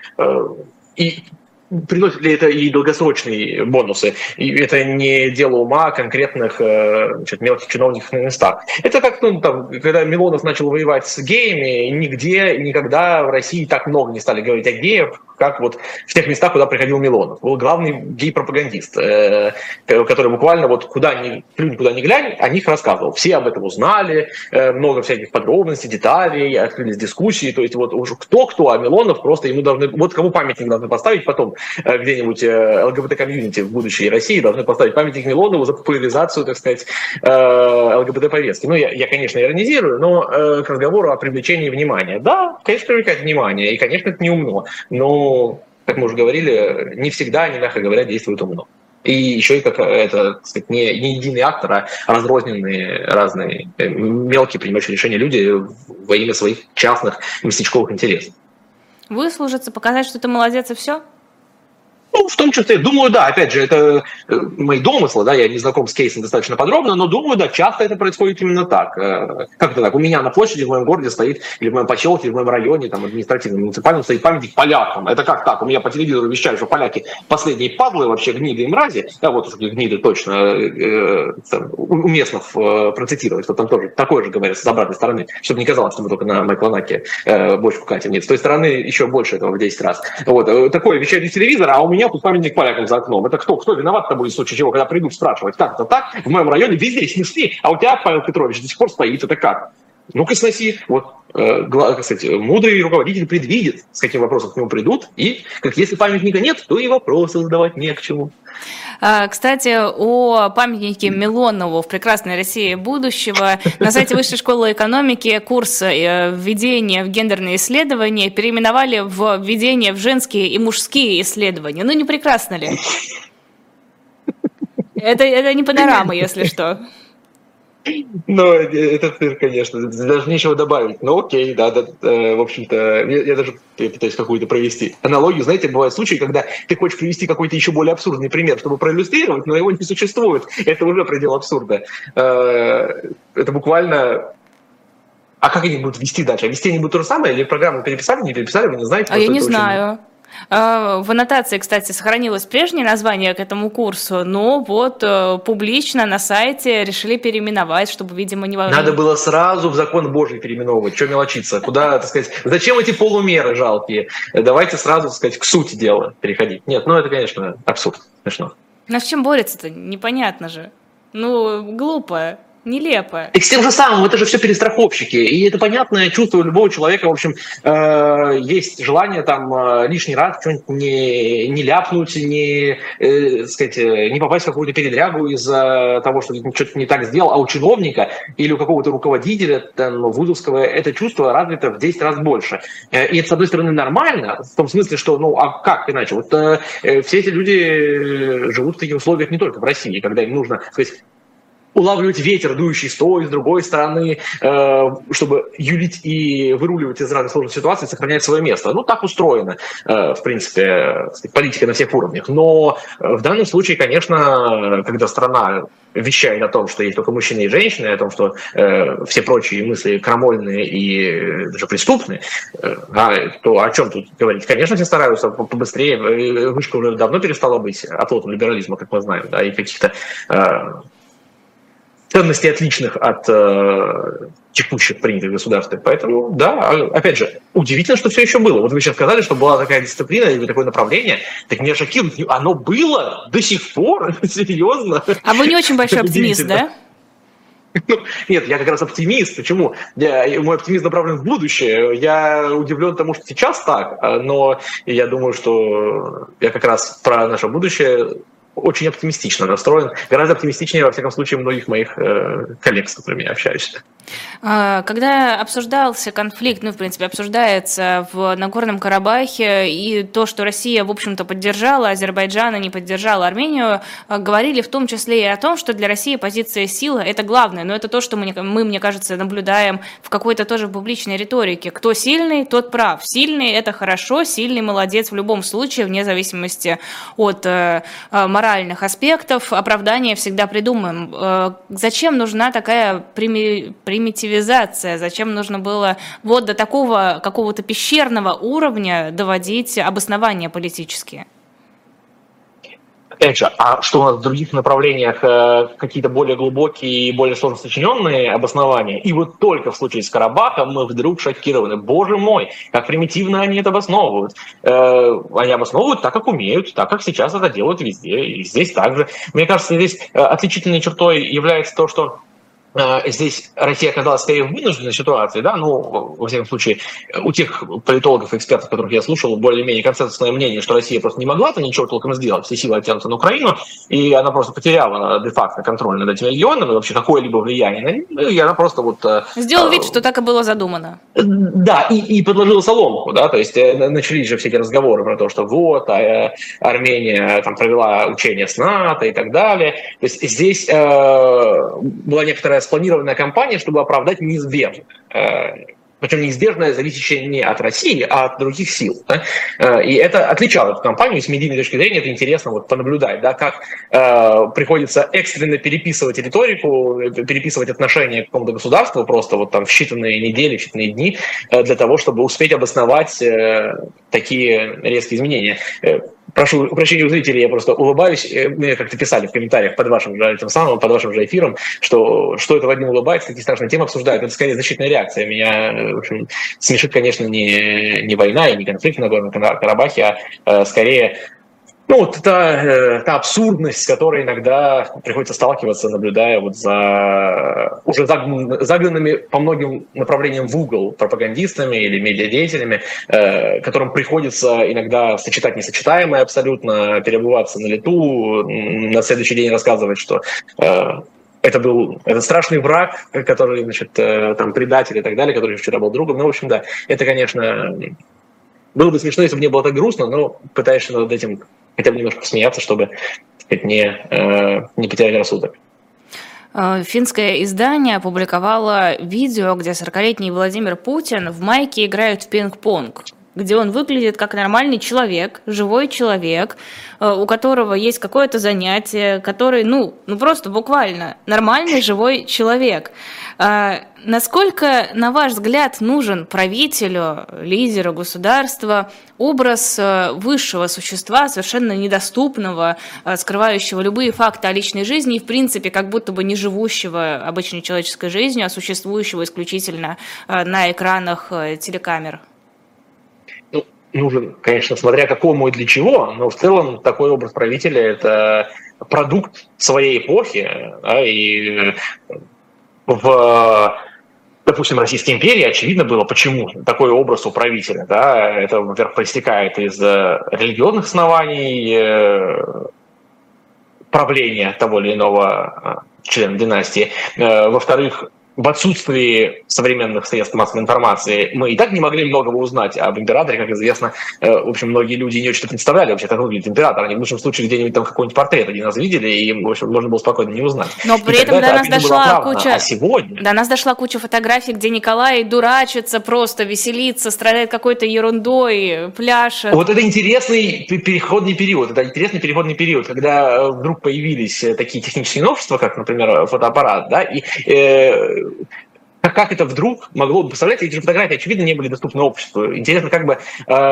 и приносит ли это и долгосрочные бонусы. И это не дело ума конкретных, значит, мелких чиновников на местах. Это как, ну, там, когда Милонов начал воевать с геями, нигде, никогда в России так много не стали говорить о геях, как вот в тех местах, куда приходил Милонов. Был главный гей-пропагандист, который буквально вот куда ни плюнь, куда ни глянь, о них рассказывал. Все об этом узнали, много всяких подробностей, деталей, открылись дискуссии. То есть вот уже кто-кто, а Милонов просто ему должны, вот кому памятник должны поставить потом, где-нибудь ЛГБТ-комьюнити в будущей России должны поставить памятник Милонову за популяризацию, так сказать, ЛГБТ-повестки. Ну, я, конечно, иронизирую, но к разговору о привлечении внимания. Да, конечно, привлекает внимание, и, конечно, это не умно, но, как мы уже говорили, не всегда они, мягко говоря, действуют умно. И еще и как это, так сказать, не единый актор, а разрозненные разные мелкие принимающие решения люди во имя своих частных местечковых интересов. Выслужиться, показать, что ты молодец, и все? Ну, в том числе, думаю, да, опять же, это мои домыслы, да, я не знаком с кейсом достаточно подробно, но думаю, да, часто это происходит именно так. Как это так? У меня на площади в моем городе стоит, или в моем поселке, или в моем районе, там, административном, муниципальном, стоит памятник полякам. Это как так? У меня по телевизору вещают, что поляки последние падлы, вообще гниды и мрази. Да, вот уж гниды точно уместно процитировать, что там тоже такое же говорят с обратной стороны, чтобы не казалось, что мы только на Майкланаке бочку катим. Нет, с той стороны еще больше этого в 10 раз. Вот, такое вещает из телевизора, а у меня тут памятник полякам за окном. Это кто виноват-то будет в случае чего, когда придут спрашивать, как это так, в моем районе везде снесли, а у тебя, Павел Петрович, до сих пор стоит, это как? Ну-ка сноси. Вот, кстати, мудрый руководитель предвидит, с каким вопросом к нему придут, и как если памятника нет, то и вопросы задавать не к чему. Кстати, о памятнике Милонову в прекрасной России будущего. На сайте Высшей школы экономики курс введения в гендерные исследования переименовали в введение в женские и мужские исследования. Ну, не прекрасно ли? Это не панорама, если что. Ну, это, конечно, даже нечего добавить. Ну, окей, да, в общем-то, я даже пытаюсь какую-то провести аналогию. Знаете, бывают случаи, когда ты хочешь привести какой-то еще более абсурдный пример, чтобы проиллюстрировать, но его не существует. Это уже предел абсурда. Это буквально... А как они будут вести дальше? А вести они будут то же самое? Или программу переписали, не переписали, вы не знаете? А я не знаю. В аннотации, кстати, сохранилось прежнее название к этому курсу, но вот публично на сайте решили переименовать, чтобы, видимо, не... Надо было сразу в закон Божий переименовывать. Что мелочиться? Куда, так сказать, зачем эти полумеры жалкие? Давайте сразу, так сказать, к сути дела переходить. Нет, ну это, конечно, абсурд. Смешно. Но с чем борется-то? Непонятно же. Ну, глупо. Нелепо. И с тем же самым, это же все перестраховщики. И это понятное чувство у любого человека. В общем, есть желание там лишний раз что-нибудь не ляпнуть, не попасть в какую-то передрягу из-за того, что что-то не так сделал. А у чиновника или у какого-то руководителя там, вузовского это чувство развито в 10 раз больше. И это, с одной стороны, нормально, в том смысле, что, а как иначе? Вот все эти люди живут в таких условиях не только в России, когда им нужно, сказать, улавливать ветер, дующий с той, с другой стороны, чтобы юлить и выруливать из разных сложных ситуаций, сохранять свое место. Ну, так устроена, в принципе, политика на всех уровнях. Но в данном случае, конечно, когда страна вещает о том, что есть только мужчины и женщины, о том, что все прочие мысли крамольные и даже преступные, то о чем тут говорить? Конечно, все стараются побыстрее. Вышка уже давно перестала быть оплотом либерализма, как мы знаем, да, и каких-то ценностей, отличных от текущих принятых в государстве. Поэтому, да, опять же, удивительно, что все еще было. Вот вы сейчас сказали, что была такая дисциплина или такое направление, так меня шокирует. Оно было до сих пор? Серьезно? А вы не очень большой оптимист, да? Нет, я как раз оптимист. Почему? Мой оптимизм направлен в будущее. Я удивлен тому, что сейчас так, но я думаю, что я как раз про наше будущее очень оптимистично настроен, гораздо оптимистичнее, во всяком случае, многих моих коллег, с которыми я общаюсь. Когда обсуждался конфликт, в принципе, обсуждается в Нагорном Карабахе, и то, что Россия, в общем-то, поддержала Азербайджан, а не поддержала Армению, говорили в том числе и о том, что для России позиция силы – это главное, но это то, что мы, мне кажется, наблюдаем в какой-то тоже публичной риторике. Кто сильный, тот прав. Сильный – это хорошо, сильный – молодец в любом случае, вне зависимости от моральных аспектов. Оправдание всегда придумаем. Зачем нужна такая примитивизация? Зачем нужно было вот до такого какого-то пещерного уровня доводить обоснования политические? Опять же, а что у нас в других направлениях какие-то более глубокие и более сложно сочиненные обоснования? И вот только в случае с Карабахом мы вдруг шокированы. Боже мой, как примитивно они это обосновывают. Они обосновывают так, как умеют, так, как сейчас это делают везде. И здесь также. Мне кажется, здесь отличительной чертой является то, что здесь Россия оказалась скорее в вынужденной ситуации, да, во всяком случае, у тех политологов и экспертов, которых я слушал, более-менее консенсусное мнение, что Россия просто не могла-то ничего толком сделать, все силы оттянуты на Украину, и она просто потеряла де-факто контроль над этими регионами, вообще какое-либо влияние на них, и она просто сделал вид, что так и было задумано. Да, и подложила соломку, да, то есть начались же все эти разговоры про то, что Армения там провела учения с НАТО и так далее, то есть здесь была некоторая спланированная кампания, чтобы оправдать неизбежное. Причем неизбежное, зависящее не от России, а от других сил. Да? И это отличало эту кампанию. С медийной точки зрения это интересно понаблюдать, да, как приходится экстренно переписывать риторику, переписывать отношения к какому-то государству просто в считанные недели, в считанные дни, для того, чтобы успеть обосновать такие резкие изменения. Прошу прощения у зрителей, я просто улыбаюсь. Мне как-то писали в комментариях под вашим же эфиром, что это Вадим улыбается, такие страшные темы обсуждают. Это скорее защитная реакция. Меня, в общем, смешит, конечно, не война и не конфликт на Нагорном Карабахе, а скорее та абсурдность, с которой иногда приходится сталкиваться, наблюдая за уже загнанными по многим направлениям в угол пропагандистами или медиадеятелями, которым приходится иногда сочетать несочетаемое абсолютно, переобуваться на лету, на следующий день рассказывать, что это страшный враг, который, предатель и так далее, который вчера был другом. В общем, да, это, конечно, было бы смешно, если бы не было так грустно, но пытаешься над этим хотя бы немножко посмеяться, чтобы не потерять рассудок. Финское издание опубликовало видео, где 40-летний Владимир Путин в майке играет в пинг-понг, где он выглядит как нормальный человек, живой человек, у которого есть какое-то занятие, который, просто буквально нормальный живой человек. Насколько, на ваш взгляд, нужен правителю, лидеру государства образ высшего существа, совершенно недоступного, скрывающего любые факты о личной жизни и, в принципе, как будто бы не живущего обычной человеческой жизнью, а существующего исключительно на экранах телекамер? нужен, конечно, смотря какому и для чего, но в целом такой образ правителя – это продукт своей эпохи, да, и в, допустим, Российской империи очевидно было, почему такой образ у правителя. Да, это, во-первых, проистекает из религиозных оснований правления того или иного члена династии. Во-вторых, в отсутствии современных средств массовой информации мы и так не могли многого узнать об императоре, как известно. В общем, многие люди не очень представляли вообще, как выглядит император. Они в лучшем случае где-нибудь там какой-нибудь портрет один раз видели, и, в общем, можно было спокойно не узнать. Но при этом до нас дошла куча... А сегодня... До нас дошла куча фотографий, где Николай дурачится, просто веселится, страдает какой-то ерундой, пляшет. Вот это интересный переходный период. Это интересный переходный период, когда вдруг появились такие технические новшества, как, например, фотоаппарат, да, и как это вдруг могло бы... Представляете, эти же фотографии, очевидно, не были доступны обществу. Интересно, как бы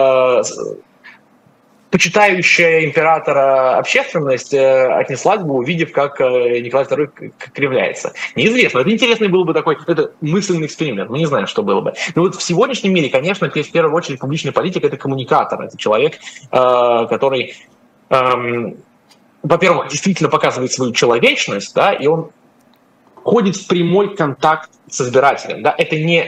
почитающая императора общественность отнеслась бы, увидев, как Николай II кривляется. Неизвестно. Это интересный был бы такой это мысленный эксперимент. Мы не знаем, что было бы. Но вот в сегодняшнем мире, конечно, в первую очередь публичный политик – это коммуникатор. Это человек, который, во-первых, действительно показывает свою человечность, да, и он входит в прямой контакт с избирателем. Да? Это не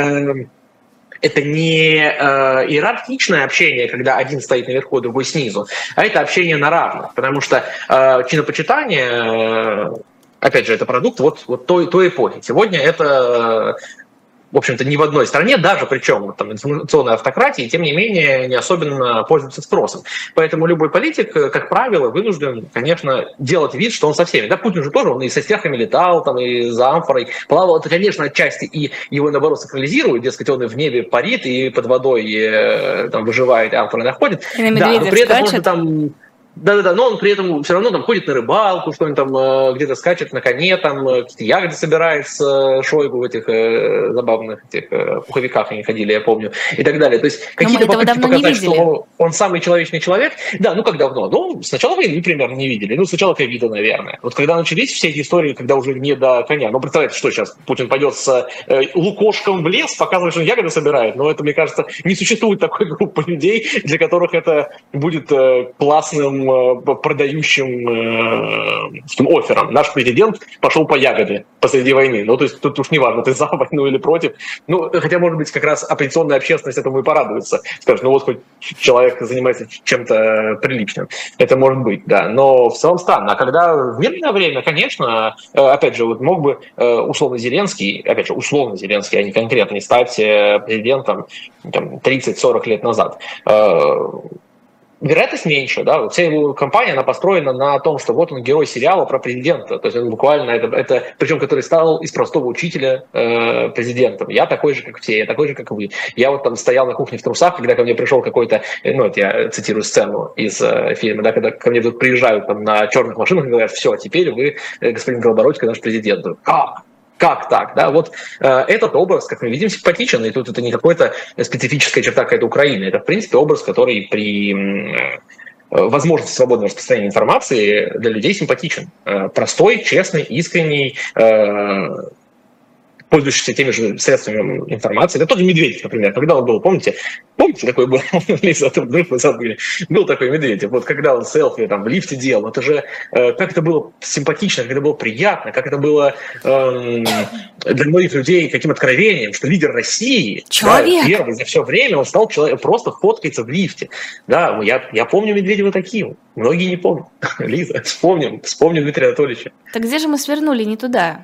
иерархичное общение, когда один стоит наверху, другой снизу, а это общение на равных. Потому что чинопочитание, опять же, это продукт вот той эпохи. Сегодня это... в общем-то, ни в одной стране, даже причем там, информационной автократии, тем не менее, не особенно пользуется спросом. Поэтому любой политик, как правило, вынужден, конечно, делать вид, что он со всеми. Да, Путин же тоже, он и со стерхами летал, там, и за амфорой плавал. Это, конечно, отчасти и его, наоборот, сакрализирует, дескать, он и в небе парит, и под водой там, выживает, и амфоры находит. И на медведя но при этом скачет. можно там... Да-да-да, но он при этом все равно там ходит на рыбалку, что-нибудь там где-то скачет на коне, там какие-то ягоды собирает с Шойгу в этих забавных этих пуховиках, они ходили, я помню, и так далее. То есть какие-то попытки показать, что он самый человечный человек, да, ну как давно? Ну, с начала войны примерно не видели, ну, сначала ковида, наверное. Вот когда начались все эти истории, когда уже не до коня, ну, представляете, что сейчас Путин пойдет с лукошком в лес, показывает, что он ягоды собирает, но это, мне кажется, не существует такой группы людей, для которых это будет классным продающим оффером. Наш президент пошел по ягоды посреди войны. Ну, то есть тут уж не важно, ты за войну или против. Ну, хотя, может быть, как раз оппозиционная общественность этому и порадуется. Скажет, ну вот хоть человек занимается чем-то приличным. Это может быть, да. Но в целом странно. А когда в мирное время, конечно, опять же, вот мог бы условно Зеленский, опять же, условно Зеленский, а не конкретно, стать президентом 30-40 лет назад. Вероятность меньше, да, вся его кампания, она построена на том, что вот он герой сериала про президента, то есть он буквально, это причем который стал из простого учителя президентом. Я такой же, как все, я такой же, как вы. Я вот там стоял на кухне в трусах, когда ко мне пришел какой-то, ну, это я цитирую сцену из фильма, да, когда ко мне тут приезжают там, на черных машинах и говорят, все, теперь вы, господин Голобородько, наш президент. Как так? Да? Вот этот образ, как мы видим, симпатичен, и тут это не какая-то специфическая черта какая-то Украины. Это, в принципе, образ, который при возможности свободного распространения информации для людей симпатичен. Простой, честный, искренний, пользующийся теми же средствами информации. Это тот же Медведев, например. Когда он был, помните такой был? Был такой Медведев. Вот когда он селфи там в лифте делал, это же как это было симпатично, как это было приятно, как это было для многих людей каким откровением, что лидер России, да, первый за все время, он стал человеком, просто фоткается в лифте. Да, я помню Медведева таким. Многие не помнят. Лиза, вспомним Дмитрия Анатольевича. Так где же мы свернули не туда?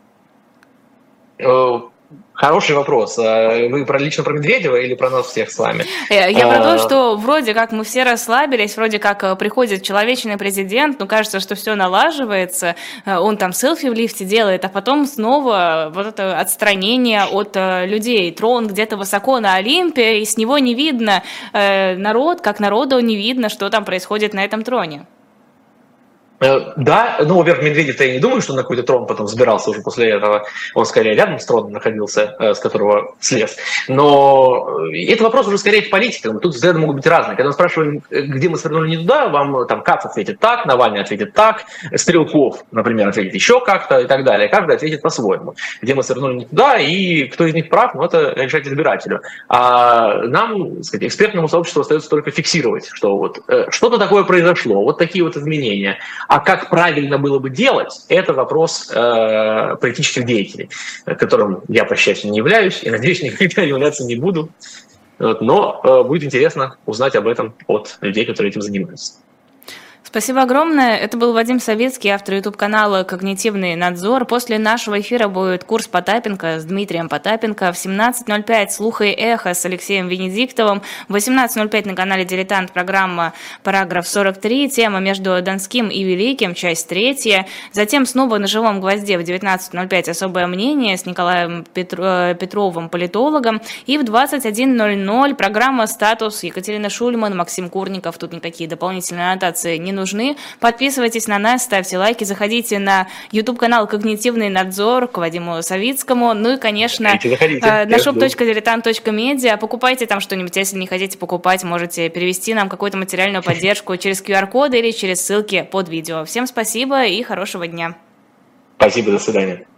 Хороший вопрос. Вы лично про Медведева или про нас всех с вами? Я про то, что вроде как мы все расслабились, вроде как приходит человечный президент, ну, кажется, что все налаживается, он там селфи в лифте делает, а потом снова вот это отстранение от людей. Трон где-то высоко на Олимпе, и с него не видно народ, как народу не видно, что там происходит на этом троне. Да, ну, во-первых, Медведев-то я не думаю, что на какой-то трон потом взбирался уже после этого. Он скорее рядом с троном находился, с которого слез. Но это вопрос уже скорее к политикам. Тут взгляды могут быть разные. Когда мы спрашиваем, где мы свернули не туда, вам там Кац ответит так, Навальный ответит так, Стрелков, например, ответит еще как-то и так далее. Каждый ответит по-своему. Где мы свернули не туда, и кто из них прав, ну, это решать избирателю. А нам, так сказать, экспертному сообществу остается только фиксировать, что вот что-то такое произошло, вот такие вот изменения. А как правильно было бы делать, это вопрос политических деятелей, которым я, по счастью, не являюсь, и, надеюсь, никогда являться не буду. Вот, но будет интересно узнать об этом от людей, которые этим занимаются. Спасибо огромное. Это был Вадим Савицкий, автор YouTube-канала «Когнитивный надзор». После нашего эфира будет курс Потапенко с Дмитрием Потапенко. В 17:05 «Слух и эхо» с Алексеем Венедиктовым. В 18:05 на канале «Дилетант» программа «Параграф 43». Тема «Между Донским и Великим», часть 3. Затем снова на живом гвозде в 19:05 «Особое мнение» с Николаем Петровым, политологом. И в 21:00 программа «Статус» Екатерина Шульман, Максим Курников. Тут никакие дополнительные аннотации не нужны. Подписывайтесь на нас, ставьте лайки, заходите на YouTube-канал «Когнитивный надзор» к Вадиму Савицкому. Ну и, конечно, на shop.diletant.media. Покупайте там что-нибудь. Если не хотите покупать, можете перевести нам какую-то материальную поддержку через QR-коды или через ссылки под видео. Всем спасибо и хорошего дня. Спасибо, до свидания.